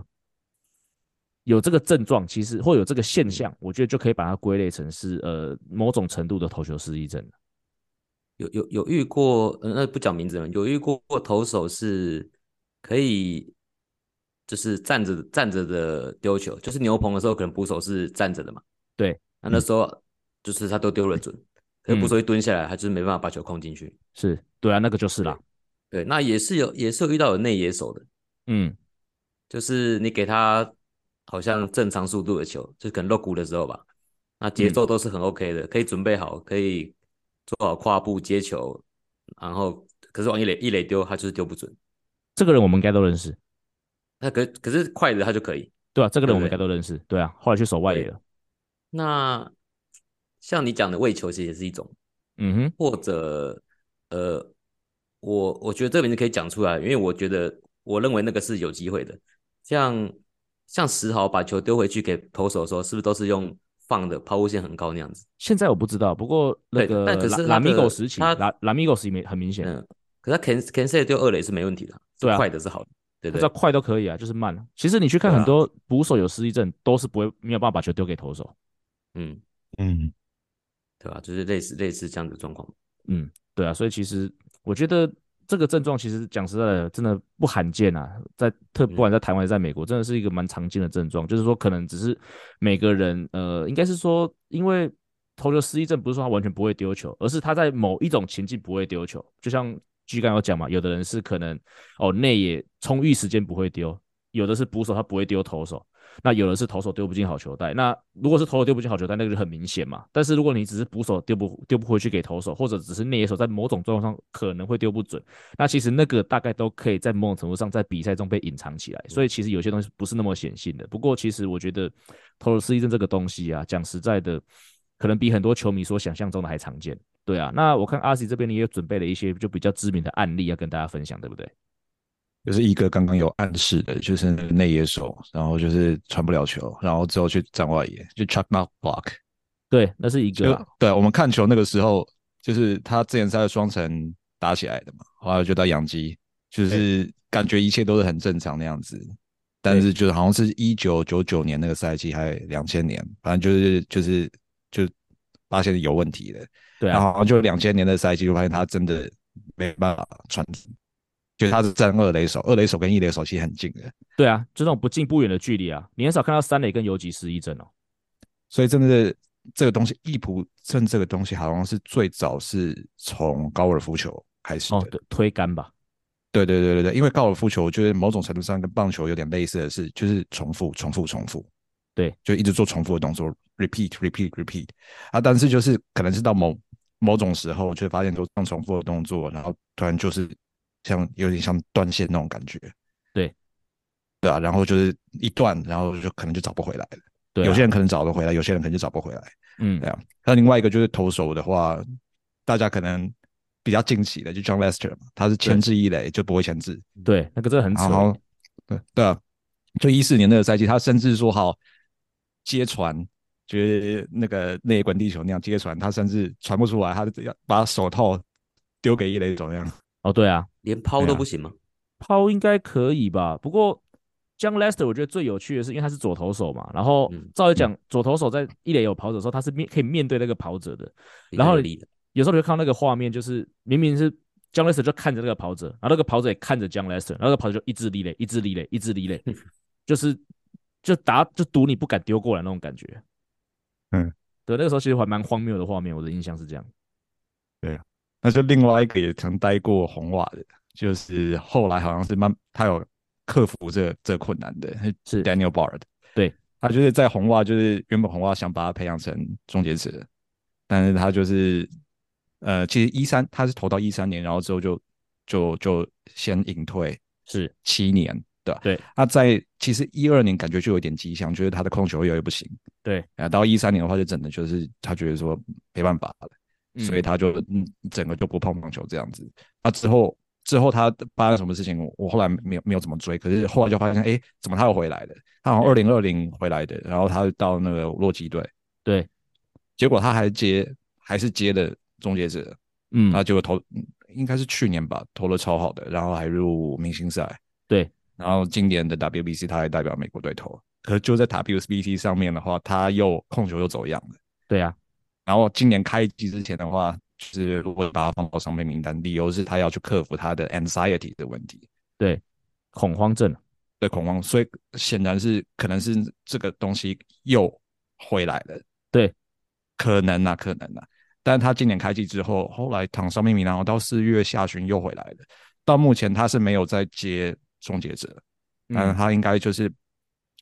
S3: 有这个症状，其实或有这个现象，我觉得就可以把它归类成是某种程度的投球失忆症。
S5: 有遇过，那不讲名字了，有遇过投手是可以就是站着的丢球，就是牛棚的时候可能捕手是站着的嘛，
S3: 对，
S5: 那时候就是他都丢了准，可是捕手一蹲下来，他就是没办法把球控进去。
S3: 是，对啊，那个就是啦。
S5: 对，那也是有遇到有内野手的，就是你给他好像正常速度的球，就可能落鼓的时候吧，那节奏都是很 OK 的，可以准备好，可以做好跨步接球，然后可是往一垒丢，他就是丢不准。
S3: 这个人我们应该都认识，
S5: 那可是快的他就可以，
S3: 对啊，这个人我们应该
S5: 对不对？
S3: 都认识，对啊，后来去守外野
S5: 对，
S3: 了。
S5: 那像你讲的喂球其实也是一种，
S3: 嗯哼，
S5: 或者呃，我觉得这个名字可以讲出来，因为我认为那个是有机会的。像石豪把球丢回去给投手的时候，是不是都是用放的，抛物线很高那样子？
S3: 现在我不知道，不过那
S5: 对，但
S3: 个
S5: 可是
S3: 拉米狗时期，
S5: 他
S3: 拉米狗时期很明显，
S5: 可是他 Can Say 丢二垒是没问题的，是
S3: 对啊，
S5: 快的，是好的，对不对？
S3: 他只要快都可以啊，就是慢了。其实你去看
S5: 对啊，
S3: 很多捕手有失忆症，都是没有办法把球丢给投手。
S5: 嗯，
S4: 嗯，
S5: 对吧？就是类似这样的状况。
S3: 嗯，对啊，所以其实我觉得这个症状其实讲实在的，真的不罕见啊，不管在台湾还是在美国，真的是一个蛮常见的症状。就是说，可能只是每个人，应该是说，因为投球失忆症不是说他完全不会丢球，而是他在某一种情境不会丢球。就像G 刚有讲嘛，有的人是可能内野充裕时间不会丢，有的是捕手他不会丢投手。那有的是投手丢不进好球带，那如果是投手丢不进好球带，那个就很明显嘛。但是如果你只是捕手丢不回去给投手，或者只是内野手在某种状况上可能会丢不准，那其实那个大概都可以在某种程度上在比赛中被隐藏起来。所以其实有些东西不是那么显性的。不过其实我觉得投球失忆症这个东西啊，讲实在的，可能比很多球迷所想象中的还常见。对啊，那我看阿 C 这边你也准备了一些就比较知名的案例要跟大家分享，对不对？
S4: 就是一个刚刚有暗示的，就是内野手，然后就是传不了球，然后之后去站外野，就 Chuck Knock Block。
S3: 对，那是一个啊。
S4: 对，我们看球那个时候，就是他之前在双城打起来的嘛，后来就到洋基，就是感觉一切都是很正常那样子。但是就是好像是1999年那个赛季，还2000年，反正就发现有问题了。
S3: 对啊，
S4: 然后好像就2000年的赛季，就发现他真的没办法传，就是他是站二垒手，二垒手跟一垒手其实很近的。
S3: 对啊，就这种不近不远的距离啊，你很少看到三垒跟游击失忆症哦。
S4: 所以真的是这个东西，易卜症这个东西好像是最早是从高尔夫球开始的。
S3: 对，推杆吧。
S4: 对，因为高尔夫球就是某种程度上跟棒球有点类似的是，就是重复，
S3: 对，
S4: 就一直做重复的动作，repeat 啊。但是就是可能是到某种时候，就会发现都这样重复的动作，然后突然就是有点像断线那种感觉。
S3: 对，
S4: 对啊，然后就是一断，然后就可能就找不回来了。
S3: 对啊，
S4: 有些人可能找得回来，有些人可能就找不回来。
S3: 嗯，
S4: 对啊。那另外一个就是投手的话，大家可能比较惊奇的，就 John Lester 嘛，他是牵制一垒就不会牵制。
S3: 对，那个真的很扯。
S4: 然后对啊，就14年那个赛季，他甚至说好接传，就是那个内野滚地球那样接传，他甚至传不出来，他要把手套丢给一垒手那样。
S3: 哦，对啊，
S5: 连抛都不行吗？
S3: 抛应该可以吧？不过 John Lester 我觉得最有趣的是，因为他是左投手嘛，然后照理讲，左投手在一垒有跑者的时候，他是可以面对那个跑者的。然后有时候你就看到那个画面，就是明明是 John Lester 就看着那个跑者，然后那个跑者也看着 John Lester，然后那个跑者就一直离垒，就是就赌你不敢丢过来那种感觉。对，那个时候其实还蛮荒谬的画面，我的印象是这样。
S4: 对啊，那就另外一个也曾待过红袜的，就是后来好像是他有克服这困难的，是 Daniel Bard。
S3: 对，
S4: 他就是在红袜，就是原本红袜想把他培养成终结者，但是他就是其实他是投到13年，然后之后就先隐退，
S3: 是
S4: 7年。
S3: 对，
S4: 他在其实12年感觉就有点迹象，觉得他的控球越来越不行。
S3: 对，
S4: 到13年的话，就真的就是他觉得说没办法了，所以他就整个就不碰棒球这样子。之后他发生什么事情，我后来没有怎么追，可是后来就发现，哎，怎么他又回来了？他好像2020回来的，然后他到那个洛基队，
S3: 对，
S4: 结果他还是接的终结者，然后结果应该是去年吧，投了超好的，然后还入明星赛，
S3: 对。
S4: 然后今年的 WBC 他还代表美国队投，可是就在 WBC 上面的话，他控球又走样了。
S3: 对啊，
S4: 然后今年开季之前的话，就是如果把他放到伤病名单，理由是他要去克服他的 anxiety 的问题，
S3: 对，恐慌症，
S4: 对恐慌，所以显然是可能是这个东西又回来了，
S3: 对，
S4: 可能啊，但是他今年开季之后，后来躺伤病名单，然后到4月下旬又回来了，到目前他是没有再接终结者，但是他应该就是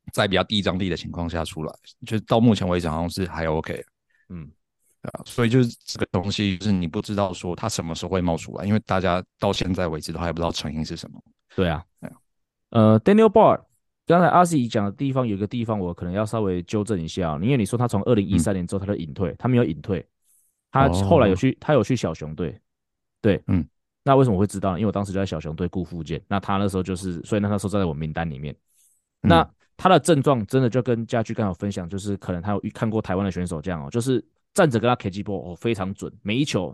S4: 在比较低张力的情况下出来，就到目前为止好像是还 OK。所以就是这个东西，就是你不知道说它什么时候会冒出来，因为大家到现在为止都还不知道成因是什么。
S3: 对啊。Daniel Bard， 刚才阿西讲的地方有一个地方我可能要稍微纠正一下，因为你说他从2013年之后他就隐退，他没有隐退，他后来他有去小熊队。对，那为什么我会知道呢？因为我当时就在小熊队顾复健，那他那时候就是，所以那时候在我名单里面。那他的症状真的就跟家驹刚好分享，就是可能他有看过台湾的选手这样就是站着跟他 catch ball 非常准，每一球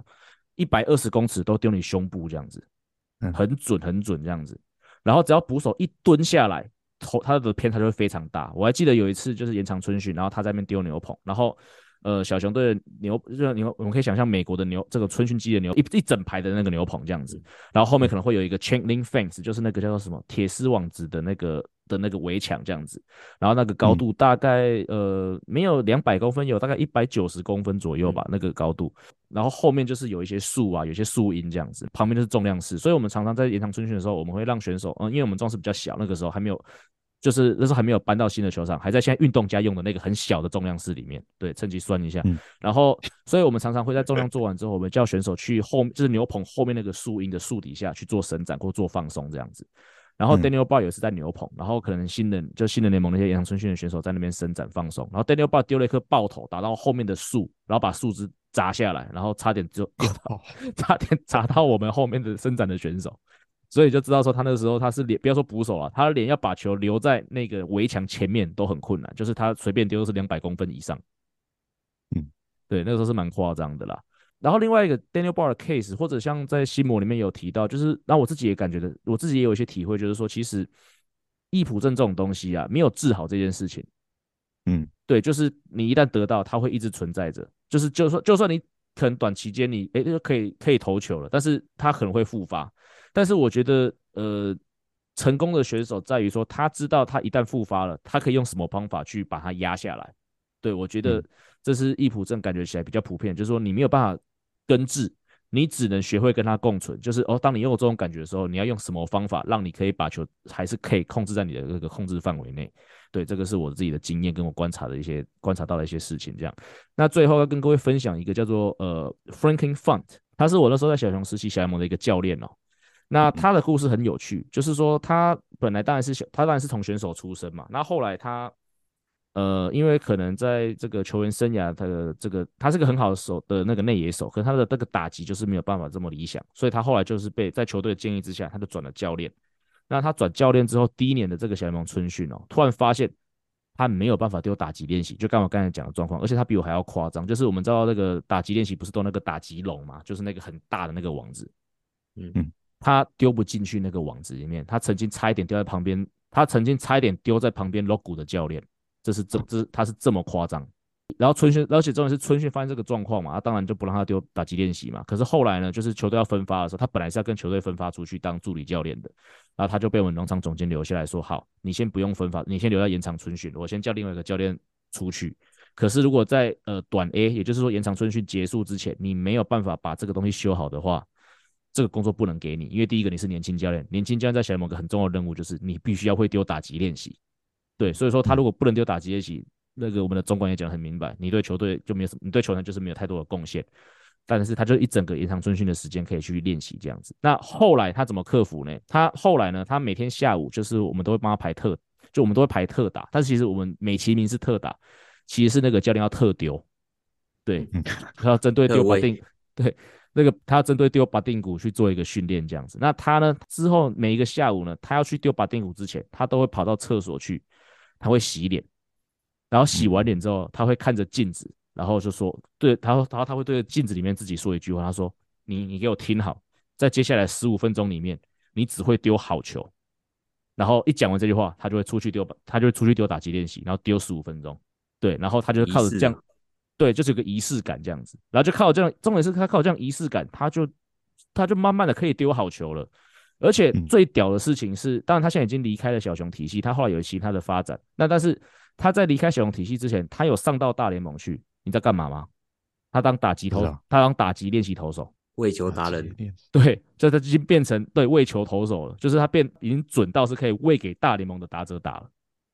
S3: 120公尺都丢你胸部这样子，很准很准这样子。然后只要捕手一蹲下来，他的偏差就会非常大。我还记得有一次就是延长春训，然后他在那边丢牛棚，然后小熊队的牛，我们可以想象美国的牛，这个春训机的牛，一整排的那个牛棚这样子，然后后面可能会有一个 chain link fence， 就是那个叫做什么铁丝网子的那个围墙这样子，然后那个高度大概没有200公分，有大概190公分左右吧，那个高度。然后后面就是有一些树啊，有一些树荫这样子，旁边就是重量室，所以我们常常在延长春训的时候，我们会让选手，因为我们壮士比较小，那个时候还没有。就是那时候还没有搬到新的球场，还在现在运动家用的那个很小的重量室里面，对，趁机酸一下。然后，所以我们常常会在重量做完之后，我们叫选手去就是牛棚后面那个树荫的树底下去做伸展或做放松这样子。然后 Daniel Bard 也是在牛棚，然后可能新人联盟那些延长春训的选手在那边伸展放松，然后 Daniel Bard 丢了一颗爆头打到后面的树，然后把树枝砸下来，然后差点砸到我们后面的伸展的选手。所以就知道说他那个时候他是脸，不要说捕手了，他的脸要把球留在那个围墙前面都很困难，就是他随便丢都是200公分以上。对，那个时候是蛮夸张的啦。然后另外一个 Daniel Bard 的 case， 或者像在新模里面有提到，就是然后我自己也感觉的，我自己也有一些体会，就是说其实易谱症这种东西啊，没有治好这件事情。对，就是你一旦得到，它会一直存在着，就算你可能短期间你就可以投球了，但是它可能会复发。但是我觉得，成功的选手在于说，他知道他一旦复发了，他可以用什么方法去把它压下来。对，我觉得这是易谱症感觉起来比较普遍，就是说你没有办法根治，你只能学会跟他共存。就是当你有这种感觉的时候，你要用什么方法让你可以把球还是可以控制在你的这个控制范围内。对，这个是我自己的经验跟我观察到的一些事情。这样，那最后要跟各位分享一个叫做Franklin Font， 他是我那时候在小熊实习小联盟的一个教练哦。那他的故事很有趣，就是说他本来当然是从选手出身嘛，那后来他因为可能在这个球员生涯他是个很好的手的那个内野手，可是他的那个打击就是没有办法这么理想，所以他后来就是在球队的建议之下，他就转了教练。那他转教练之后，第一年的这个小联盟春训突然发现他没有办法丢打击练习，就刚我刚才讲的状况，而且他比我还要夸张，就是我们知道那个打击练习不是都那个打击笼嘛，就是那个很大的那个网子，他丢不进去那个网子里面，他曾经差一点丢在旁边，丢在旁边 logo 的教练，他是这么夸张。然后而且重点是春训发现这个状况嘛，他当然就不让他丢打击练习嘛。可是后来呢，就是球队要分发的时候，他本来是要跟球队分发出去当助理教练的，然后他就被我们农场总监留下来说：“好，你先不用分发，你先留在延长春训，我先叫另外一个教练出去。可是如果在短 A， 也就是说延长春训结束之前，你没有办法把这个东西修好的话，这个工作不能给你，因为第一个你是年轻教练，年轻教练在小联盟有个很重要的任务就是你必须要会丢打击练习。对，所以说他如果不能丢打击练习。”那个我们的总管也讲得很明白，你对球队就没有什么，你对球员就是没有太多的贡献，但是他就一整个延长春训的时间可以去练习这样子。那后来他怎么克服呢？他后来呢，他每天下午就是我们都会帮他我们都会排特打，但是其实我们美其名是特打，其实是那个教练要特丢，对，他要针对丢把定，对，那个他要针对丢把定鼓去做一个训练这样子。那他呢之后每一个下午呢，他要去丢把定鼓之前，他都会跑到厕所去，他会洗脸。然后洗完脸之后，他会看着镜子，然后就说：“对，然后他会对着镜子里面自己说一句话，他说：‘你给我听好，在接下来15分钟里面，你只会丢好球。’然后一讲完这句话，他就会出去丢打击练习，然后丢15分钟。对，然后他就靠着这样，对，就是有个仪式感这样子，然后就靠这样，重点是他靠这样仪式感，他就慢慢的可以丢好球了。而且最屌的事情是，当然他现在已经离开了小熊体系，他后来有其他的发展，但是。他在离开小熊体系之前，他有上到大联盟去。你在干嘛吗？他当打击练习投手，
S5: 喂球达人。
S3: 对，这他已经变成喂球投手了，就是他已经准到是可以喂给大联盟的打者打了。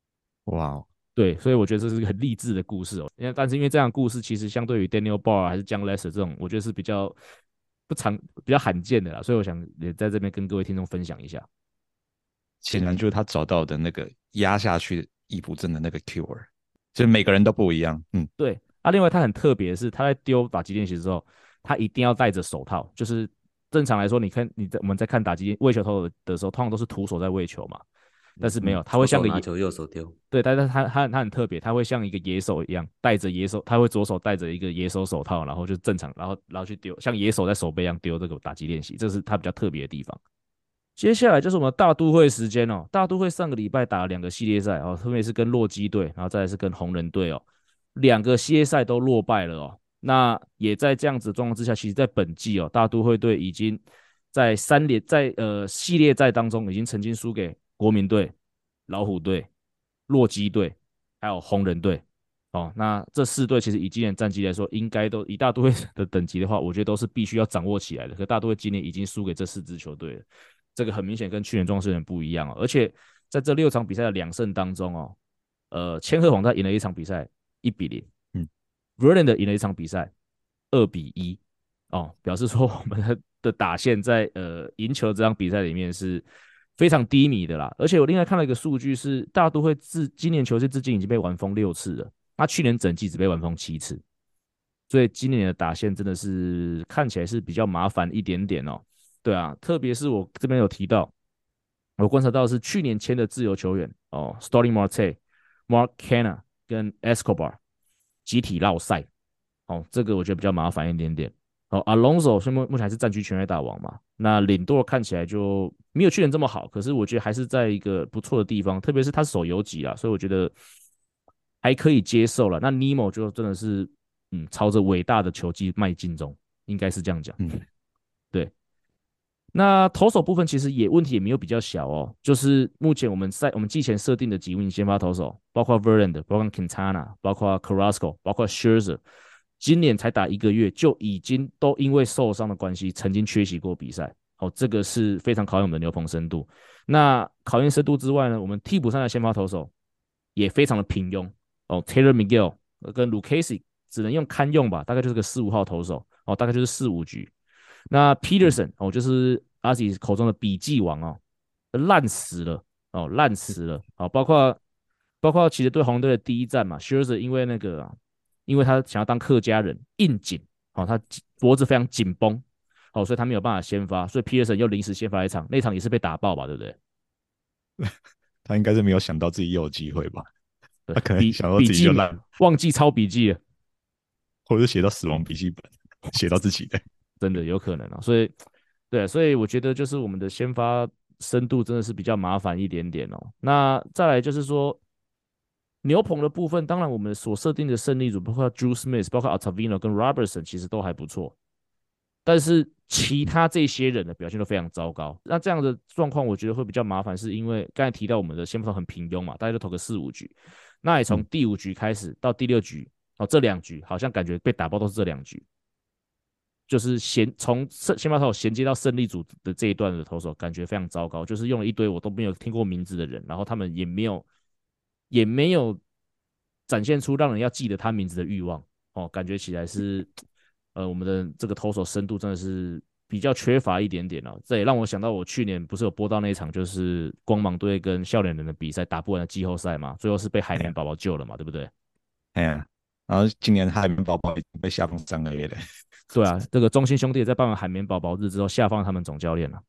S4: 哇，
S3: 对，所以我觉得这是一个很励志的故事哦。但是因为这样的故事其实相对于 Daniel Barr 还是 John Lesser 这种，我觉得是比较不常、比较罕见的啦，所以我想也在这边跟各位听众分享一下。
S4: 显然就是他找到的那个压下去易卜正的那个 cure，就是每个人都不一样。
S3: 对。另外他很特别的是，他在丢打击练习的时候，他一定要戴着手套。就是正常来说，我们在看打击喂球投手的时候，通常都是徒手在喂球嘛，但是没有，他会像个
S5: 左手拿球，右手丢。
S3: 对，但是他很特别，他会像一个野手一样，戴着野手，他会左手戴着一个野手手套，然后就正常，然后去丢，像野手在手背一样丢这个打击练习，这是他比较特别的地方。接下来就是我们大都会时间哦，大都会上个礼拜打了2个系列赛哦，分别是跟洛基队，然后再来是跟红人队哦，2个系列赛都落败了哦。那也在这样子的状况之下，其实在本季哦，大都会队已经在系列赛当中已经曾经输给国民队、老虎队、洛基队还有红人队哦。那这4队其实以今年战绩来说，应该都以大都会的等级的话，我觉得都是必须要掌握起来的。可大都会今年已经输给这4支球队了。这个很明显跟去年状势有点不一样哦，而且在这6场比赛的2胜当中哦，千鹤鸿他赢了一场比赛1-0，Verlander 赢了一场比赛2-1哦，表示说我们的打线在赢球这场比赛里面是非常低迷的啦。而且我另外看了一个数据是，大都会今年球季至今已经被完封6次了，他去年整季只被完封7次，所以今年的打线真的是看起来是比较麻烦一点点哦。对啊，特别是我这边有提到，我观察到的是去年签的自由球员哦，Starling Marte、Mark Canha 跟 Escobar 集体落赛，哦，这个我觉得比较麻烦一点点。哦，Alonso 目前还是占据全垒打王嘛，那领舵看起来就没有去年这么好，可是我觉得还是在一个不错的地方，特别是他手游击啦，所以我觉得还可以接受了。那 Nemo 就真的是朝着伟大的球技迈进中，应该是这样讲。对。那投手部分其实问题也没有比较小哦，就是目前我们季前设定的几名先发投手，包括 Verlander、包括 Quintana、包括 Carrasco、包括 Scherzer， 今年才打1个月就已经都因为受伤的关系曾经缺席过比赛，哦，这个是非常考验我们的牛棚深度。那考验深度之外呢，我们替补上的先发投手也非常的平庸哦，Taylor Miguel 跟 Lucchesi 只能用堪用吧，大概就是个4、5号投手哦，大概就是4、5局。那 Peterson 哦，就是阿喜口中的笔记王哦，烂死了哦，烂死了哦，包括其实对红队的第一战嘛 ，Scherzer 因为他想要当客家人，硬紧哦，他脖子非常紧绷哦，所以他没有办法先发，所以 Peterson 又临时先发一场，那场也是被打爆吧，对不对？
S4: 他应该是没有想到自己又有机会吧？
S3: 对，
S4: 他可能想到自己就烂，
S3: 忘记抄笔记了，
S4: 或者是写到死亡笔记本，写到自己的。
S3: 真的有可能啊，所以对，所以我觉得就是我们的先发深度真的是比较麻烦一点点哦。那再来就是说牛棚的部分，当然我们所设定的胜利组，包括 Drew Smith、包括 Ottavino 跟 Robertson，其实都还不错，但是其他这些人的表现都非常糟糕。那这样的状况，我觉得会比较麻烦，是因为刚才提到我们的先发投很平庸嘛，大家都投个4、5局，那也从第5局开始到第6局，哦，这2局好像感觉被打爆都是这2局。就是从先发投手衔接到胜利组的这一段的投手，感觉非常糟糕。就是用了一堆我都没有听过名字的人，然后他们也没有展现出让人要记得他名字的欲望哦，感觉起来是我们的这个投手深度真的是比较缺乏一点点哦。这也让我想到我去年不是有播到那一场就是光芒队跟笑脸人的比赛打不完的季后赛嘛，最后是被海绵宝宝救了嘛，对不对？
S4: 哎呀，然后今年海绵宝宝已经被下放3个月了。
S3: 对啊，这个中信兄弟也在办完海绵宝宝日之后下放他们总教练了。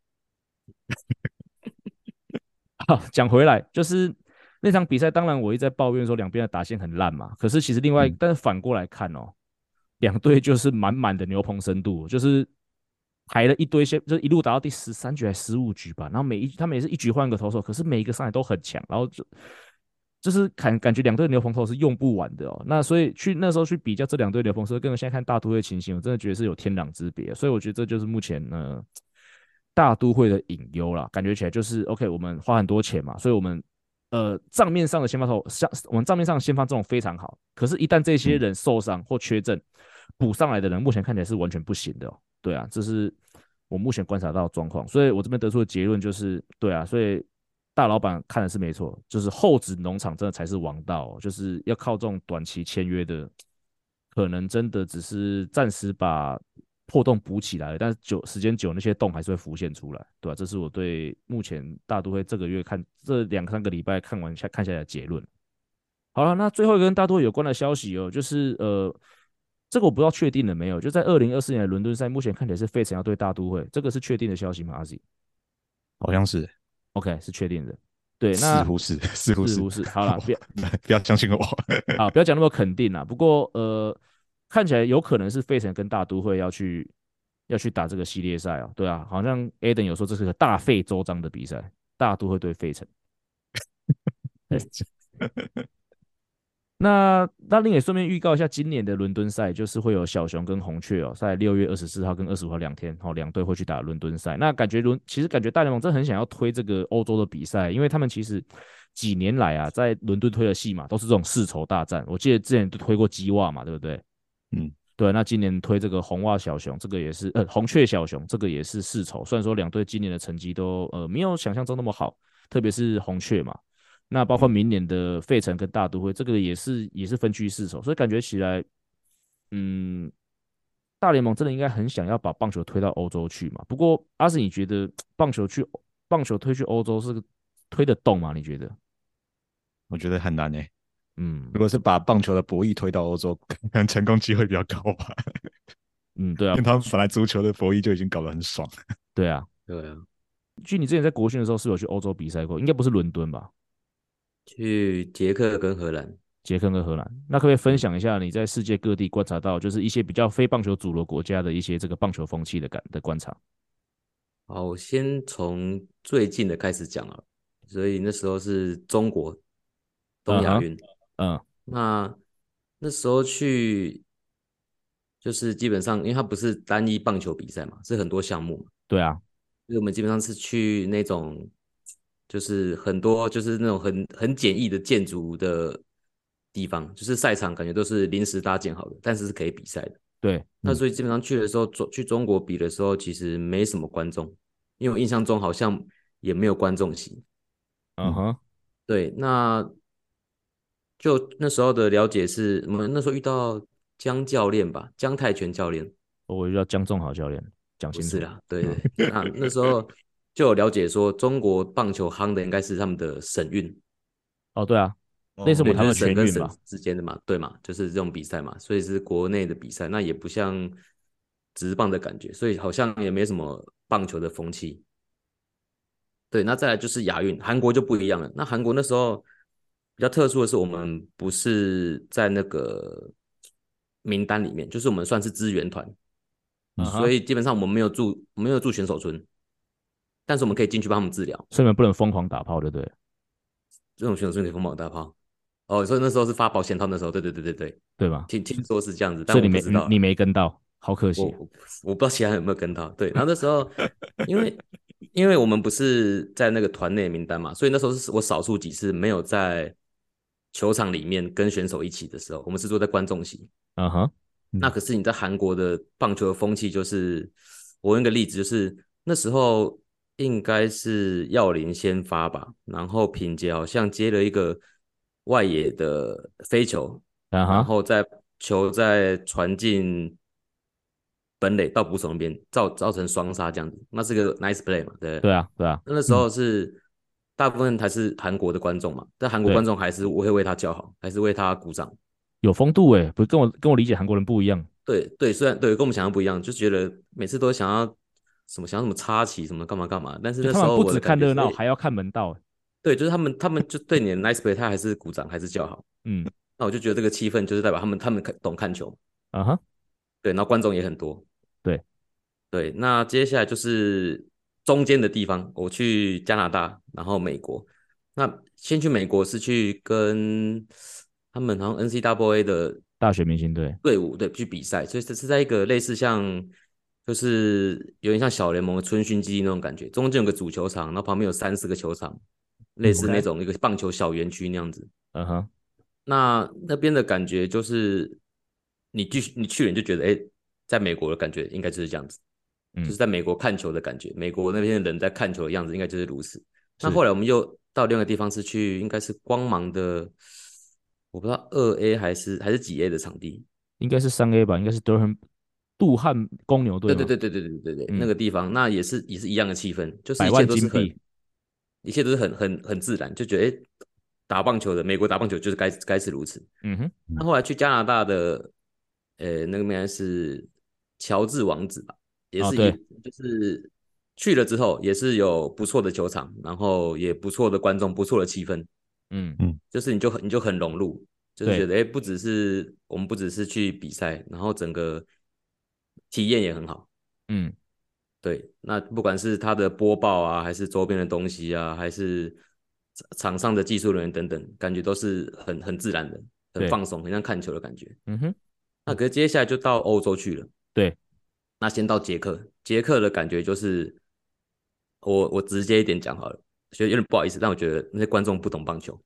S3: 好，讲回来，就是那场比赛，当然我一直在抱怨说两边的打线很烂嘛。可是其实但是反过来看哦，两队就是满满的牛棚深度，就是排了一堆就是一路打到第13局还15局吧。然后他们也是一局换个投手，可是每一个上来都很强，然后就是感觉两队牛棚投是用不完的哦。那所以那时候去比较这两队牛棚投，跟现在看大都会的情形，我真的觉得是有天壤之别。所以我觉得这就是目前大都会的隐忧啦。感觉起来就是 OK， 我们花很多钱嘛，所以我们账面上的先发投，我们账面上的先发阵容非常好，可是，一旦这些人受伤或缺阵，补上来的人目前看起来是完全不行的哦。对啊，这是我目前观察到的状况，所以我这边得出的结论就是，对啊，所以大老板看的是没错，就是厚植农场真的才是王道就是要靠这种短期签约的，可能真的只是暂时把破洞补起来了，但是时间久，那些洞还是会浮现出来，对吧？这是我对目前大都会这个月这2-3个礼拜看下来的结论。好了，那最后一个跟大都会有关的消息就是这个我不知道确定了没有，就在2024年的伦敦赛，目前看起来是费城要对大都会，这个是确定的消息吗？阿 Z？
S4: 好像是。
S3: OK， 是确定的。对，
S4: 似乎是，似乎是。
S3: 好了，
S4: 不要相信我。
S3: 好，不要讲那么肯定啦。不过看起来有可能是费城跟大都会要去打这个系列赛对啊，好像 Aden 有说这是个大费周章的比赛，大都会对费城。那另也顺便预告一下，今年的伦敦赛就是会有小熊跟红雀在6月24号跟25号2天，两队会去打伦敦赛。那其实感觉大联盟真的很想要推这个欧洲的比赛，因为他们其实几年来在伦敦推的戏嘛，都是这种世仇大战。我记得之前都推过鸡袜嘛，对不对？对。那今年推这个红袜小熊，这个也是红雀小熊，这个也是世仇。虽然说两队今年的成绩都没有想象中那么好，特别是红雀嘛。那包括明年的费城跟大都会，这个也是分居世仇，所以感觉起来，大联盟真的应该很想要把棒球推到欧洲去嘛。不过阿斯，你觉得棒球推去欧洲是推得动吗？你觉得？
S4: 我觉得很难如果是把棒球的博弈推到欧洲，可能成功机会比较高吧。
S3: 对啊，
S4: 因为他们本来足球的博弈就已经搞得很爽。
S3: 对啊。据你之前在国训的时候，是有去欧洲比赛过？应该不是伦敦吧？
S5: 去捷克跟荷兰。
S3: 那可不可以分享一下你在世界各地观察到，就是一些比较非棒球主流国家的一些这个棒球风气的观察？
S5: 好，我先从最近的开始讲了。所以那时候是中国东亚运。那时候去，就是基本上，因为它不是单一棒球比赛嘛，是很多项目嘛。
S3: 对啊。
S5: 所以我们基本上是去那种，就是很多就是那种很简易的建筑的地方，就是赛场感觉都是临时搭建好的，但是是可以比赛的。
S3: 对。
S5: 那所以基本上去的时候，去中国比的时候，其实没什么观众，因为我印象中好像也没有观众席。对。那就那时候的了解是，我们那时候遇到江教练吧，江泰拳教练。
S3: 我遇到江仲豪教练，讲清楚。
S5: 不是啦，对。那时候就有了解说，中国棒球夯的应该是他们的省运。
S3: 对啊，那是我们台湾
S5: 省跟省
S3: 全运嘛，
S5: 之间的嘛，对嘛，就是这种比赛嘛，所以是国内的比赛，那也不像职棒的感觉，所以好像也没什么棒球的风气。对。那再来就是亚运，韩国就不一样了。那韩国那时候比较特殊的是，我们不是在那个名单里面，就是我们算是支援团。所以基本上我们没有住选手村，但是我们可以进去帮他们治疗。
S3: 所以你们不能疯狂打炮，对不对？
S5: 这种选手村可以疯狂打炮。所以那时候是发保险套，那时候对
S3: 吧？
S5: 听说是这样子，但我不知道。
S3: 你没跟到，好可惜。
S5: 我不知道其他人有没有跟到。对。然后那时候因为我们不是在那个团内名单嘛，所以那时候是我少数几次没有在球场里面跟选手一起的时候，我们是坐在观众席。那可是你在韩国的棒球的风气，就是我用一个例子，就是那时候应该是耀林先发吧，然后品杰好像接了一个外野的飞球，然后球再传进本垒到捕手那边，造成双杀这样子，那是个 nice play 嘛。
S3: 对啊。
S5: 那时候是大部分还是韩国的观众嘛，但韩国观众还是会为他叫好，还是为他鼓掌。
S3: 有风度不是跟我理解韩国人不一样。
S5: 对。虽然跟我们想象不一样，就觉得每次都想要什么插旗什么干嘛，但是那时候
S3: 他们不只看热闹，还要看门道。
S5: 对，就是他们就对你的 nice play， 他还是鼓掌，还是叫好。那我就觉得这个气氛就是代表他们懂看球。对。然后观众也很多。对。那接下来就是中间的地方，我去加拿大，然后美国。那先去美国是去跟他们好像 NCAA 的
S3: 大学明星
S5: 队伍去比赛，所以这是在一个类似像就是有点像小联盟的春训基地那种感觉，中间有个主球场，然后旁边有3-4个球场，类似那种一个棒球小园区那样子。那边的感觉就是你去了你就觉得在美国的感觉应该就是这样子。就是在美国看球的感觉，美国那边的人在看球的样子应该就是如此。那后来我们又到另外一个地方是去应该是光芒的，我不知道2A 还是几 A 的场地，
S3: 应该是3A 吧，应该是杜汉公牛队嘛。
S5: 对，那个地方那也是一样的气氛，就是
S3: 100万金币。
S5: 一切都是很自然，就觉得打棒球的美国打棒球就是该是如此。
S3: 嗯哼。
S5: 那后来去加拿大的，那个应该是乔治王子吧，也是
S3: 对，
S5: 就是去了之后也是有不错的球场，然后也不错的观众，不错的气氛。就是你就很融入，就是觉得我们不只是去比赛，然后整个体验也很好。对，那不管是他的播报啊，还是周边的东西啊，还是场上的技术人员等等，感觉都是很自然的，很放松，很像看球的感觉。那可是接下来就到欧洲去了。
S3: 对，
S5: 那先到捷克，捷克的感觉就是我直接一点讲好了，觉得有点不好意思，但我觉得那些观众不懂棒球。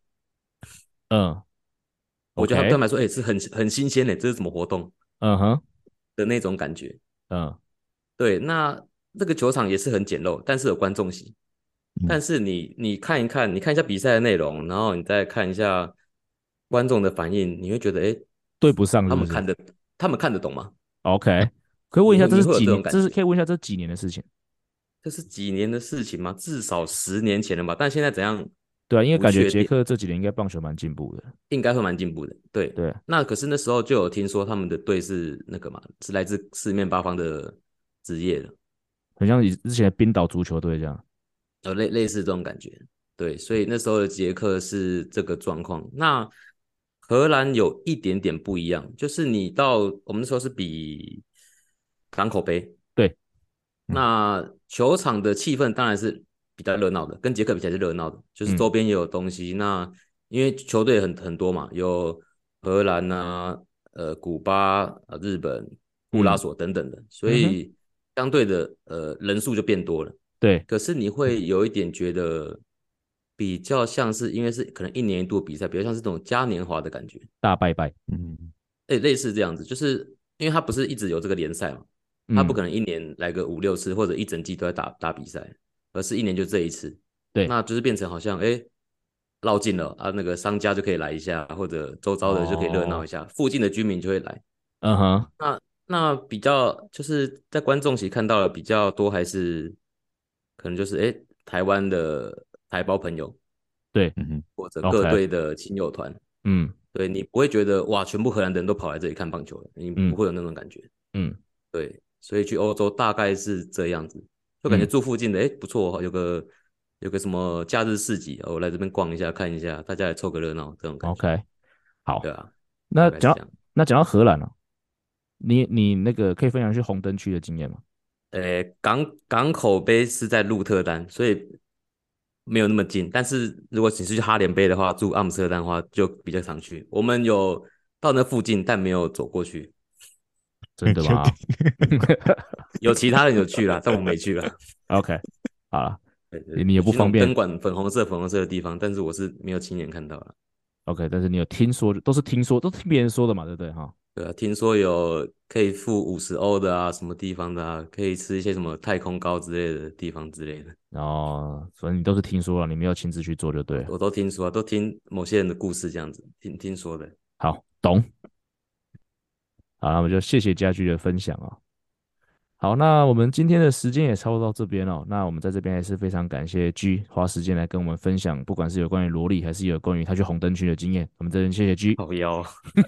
S5: 我觉得他们对他们来说，是很新鲜的，这是什么活动？的那种感觉。对，那这个球场也是很简陋，但是有观众席。但是你看一看，你看一下比赛的内容，然后你再看一下观众的反应，你会觉得，
S3: 对不上是不是？
S5: 他们看得懂吗
S3: ？OK，可以问一下这是几年？可以问一下这是几年的事情？
S5: 这是几年的事情吗？至少10年前了吧？但现在怎样？
S3: 对啊，因为感觉捷克这几年应该棒球蛮进步的，
S5: 应该会蛮进步的。对，那可是那时候就有听说他们的队是那个嘛，是来自四面八方的职业的，
S3: 很像之前的冰岛足球队这样。
S5: 类似这种感觉。对，所以那时候的捷克是这个状况。那荷兰有一点点不一样，就是我们那时候是比港口杯，
S3: 对，
S5: 那球场的气氛当然是比较热闹的，跟捷克比起来是热闹的，就是周边也有东西。那因为球队很多嘛，有荷兰啊、古巴、日本、布拉索等等的，所以相对的人数就变多了。
S3: 对，
S5: 可是你会有一点觉得比较像是，因为是可能1年1度比赛，比较像是这种嘉年华的感觉，
S3: 大拜拜。
S5: 类似这样子，就是因为它不是一直有这个联赛嘛，他不可能1年来个5、6次，或者一整季都在打比赛，而是1年就这一次。
S3: 对，
S5: 那就是变成好像绕近了啊，那个商家就可以来一下，或者周遭的就可以热闹一下，附近的居民就会来。那比较就是在观众席看到的比较多，还是可能就是台湾的台胞朋友，
S3: 对，
S5: 或者各队的亲友团，对，你不会觉得哇，全部荷兰人都跑来这里看棒球了，你不会有那种感觉。对，所以去欧洲大概是这样子，就感觉住附近的不错，有个什么假日市集，我来这边逛一下看一下，大家来凑个热闹这种感觉。
S3: OK， 好，
S5: 对啊，
S3: 那讲到荷兰啊，你那个可以分享去红灯区的经验吗？
S5: 港口杯是在鹿特丹，所以没有那么近。但是如果你是去哈连杯的话，住阿姆斯特丹的话，就比较常去。我们有到那附近，但没有走过去。
S3: 真的吗？
S5: 有其他人有去啦，但我没去啦。
S3: OK， 好了，你也不方便。
S5: 灯管粉红色的地方，但是我是没有亲眼看到了。
S3: OK， 但是你有听说，都是听别人说的嘛，对不对哈？
S5: 对啊，听说有可以付50欧的啊，什么地方的啊，可以吃一些什么太空糕之类的地方之类的。
S3: 反正你都是听说了，你没有亲自去做就对了。
S5: 我都听说，都听某些人的故事这样子，听说的。
S3: 好，懂。好，那我们就谢谢家驹的分享啊。好，那我们今天的时间也差不多到这边哦。那我们在这边还是非常感谢 G 花时间来跟我们分享，不管是有关于萝莉，还是有关于他去红灯区的经验。我们这边谢谢 G。
S5: 好腰，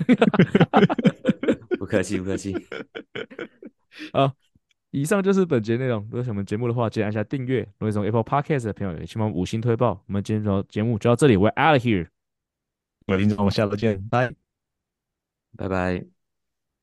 S5: 不客气。
S3: 好，以上就是本节内容。如果喜欢我们节目的话，记得按下订阅。如果是从 Apple Podcast 的朋友，也请帮我们5星推爆。我们今天的节目就到这里，we're out of here。
S4: 我们下周见，拜
S5: 拜。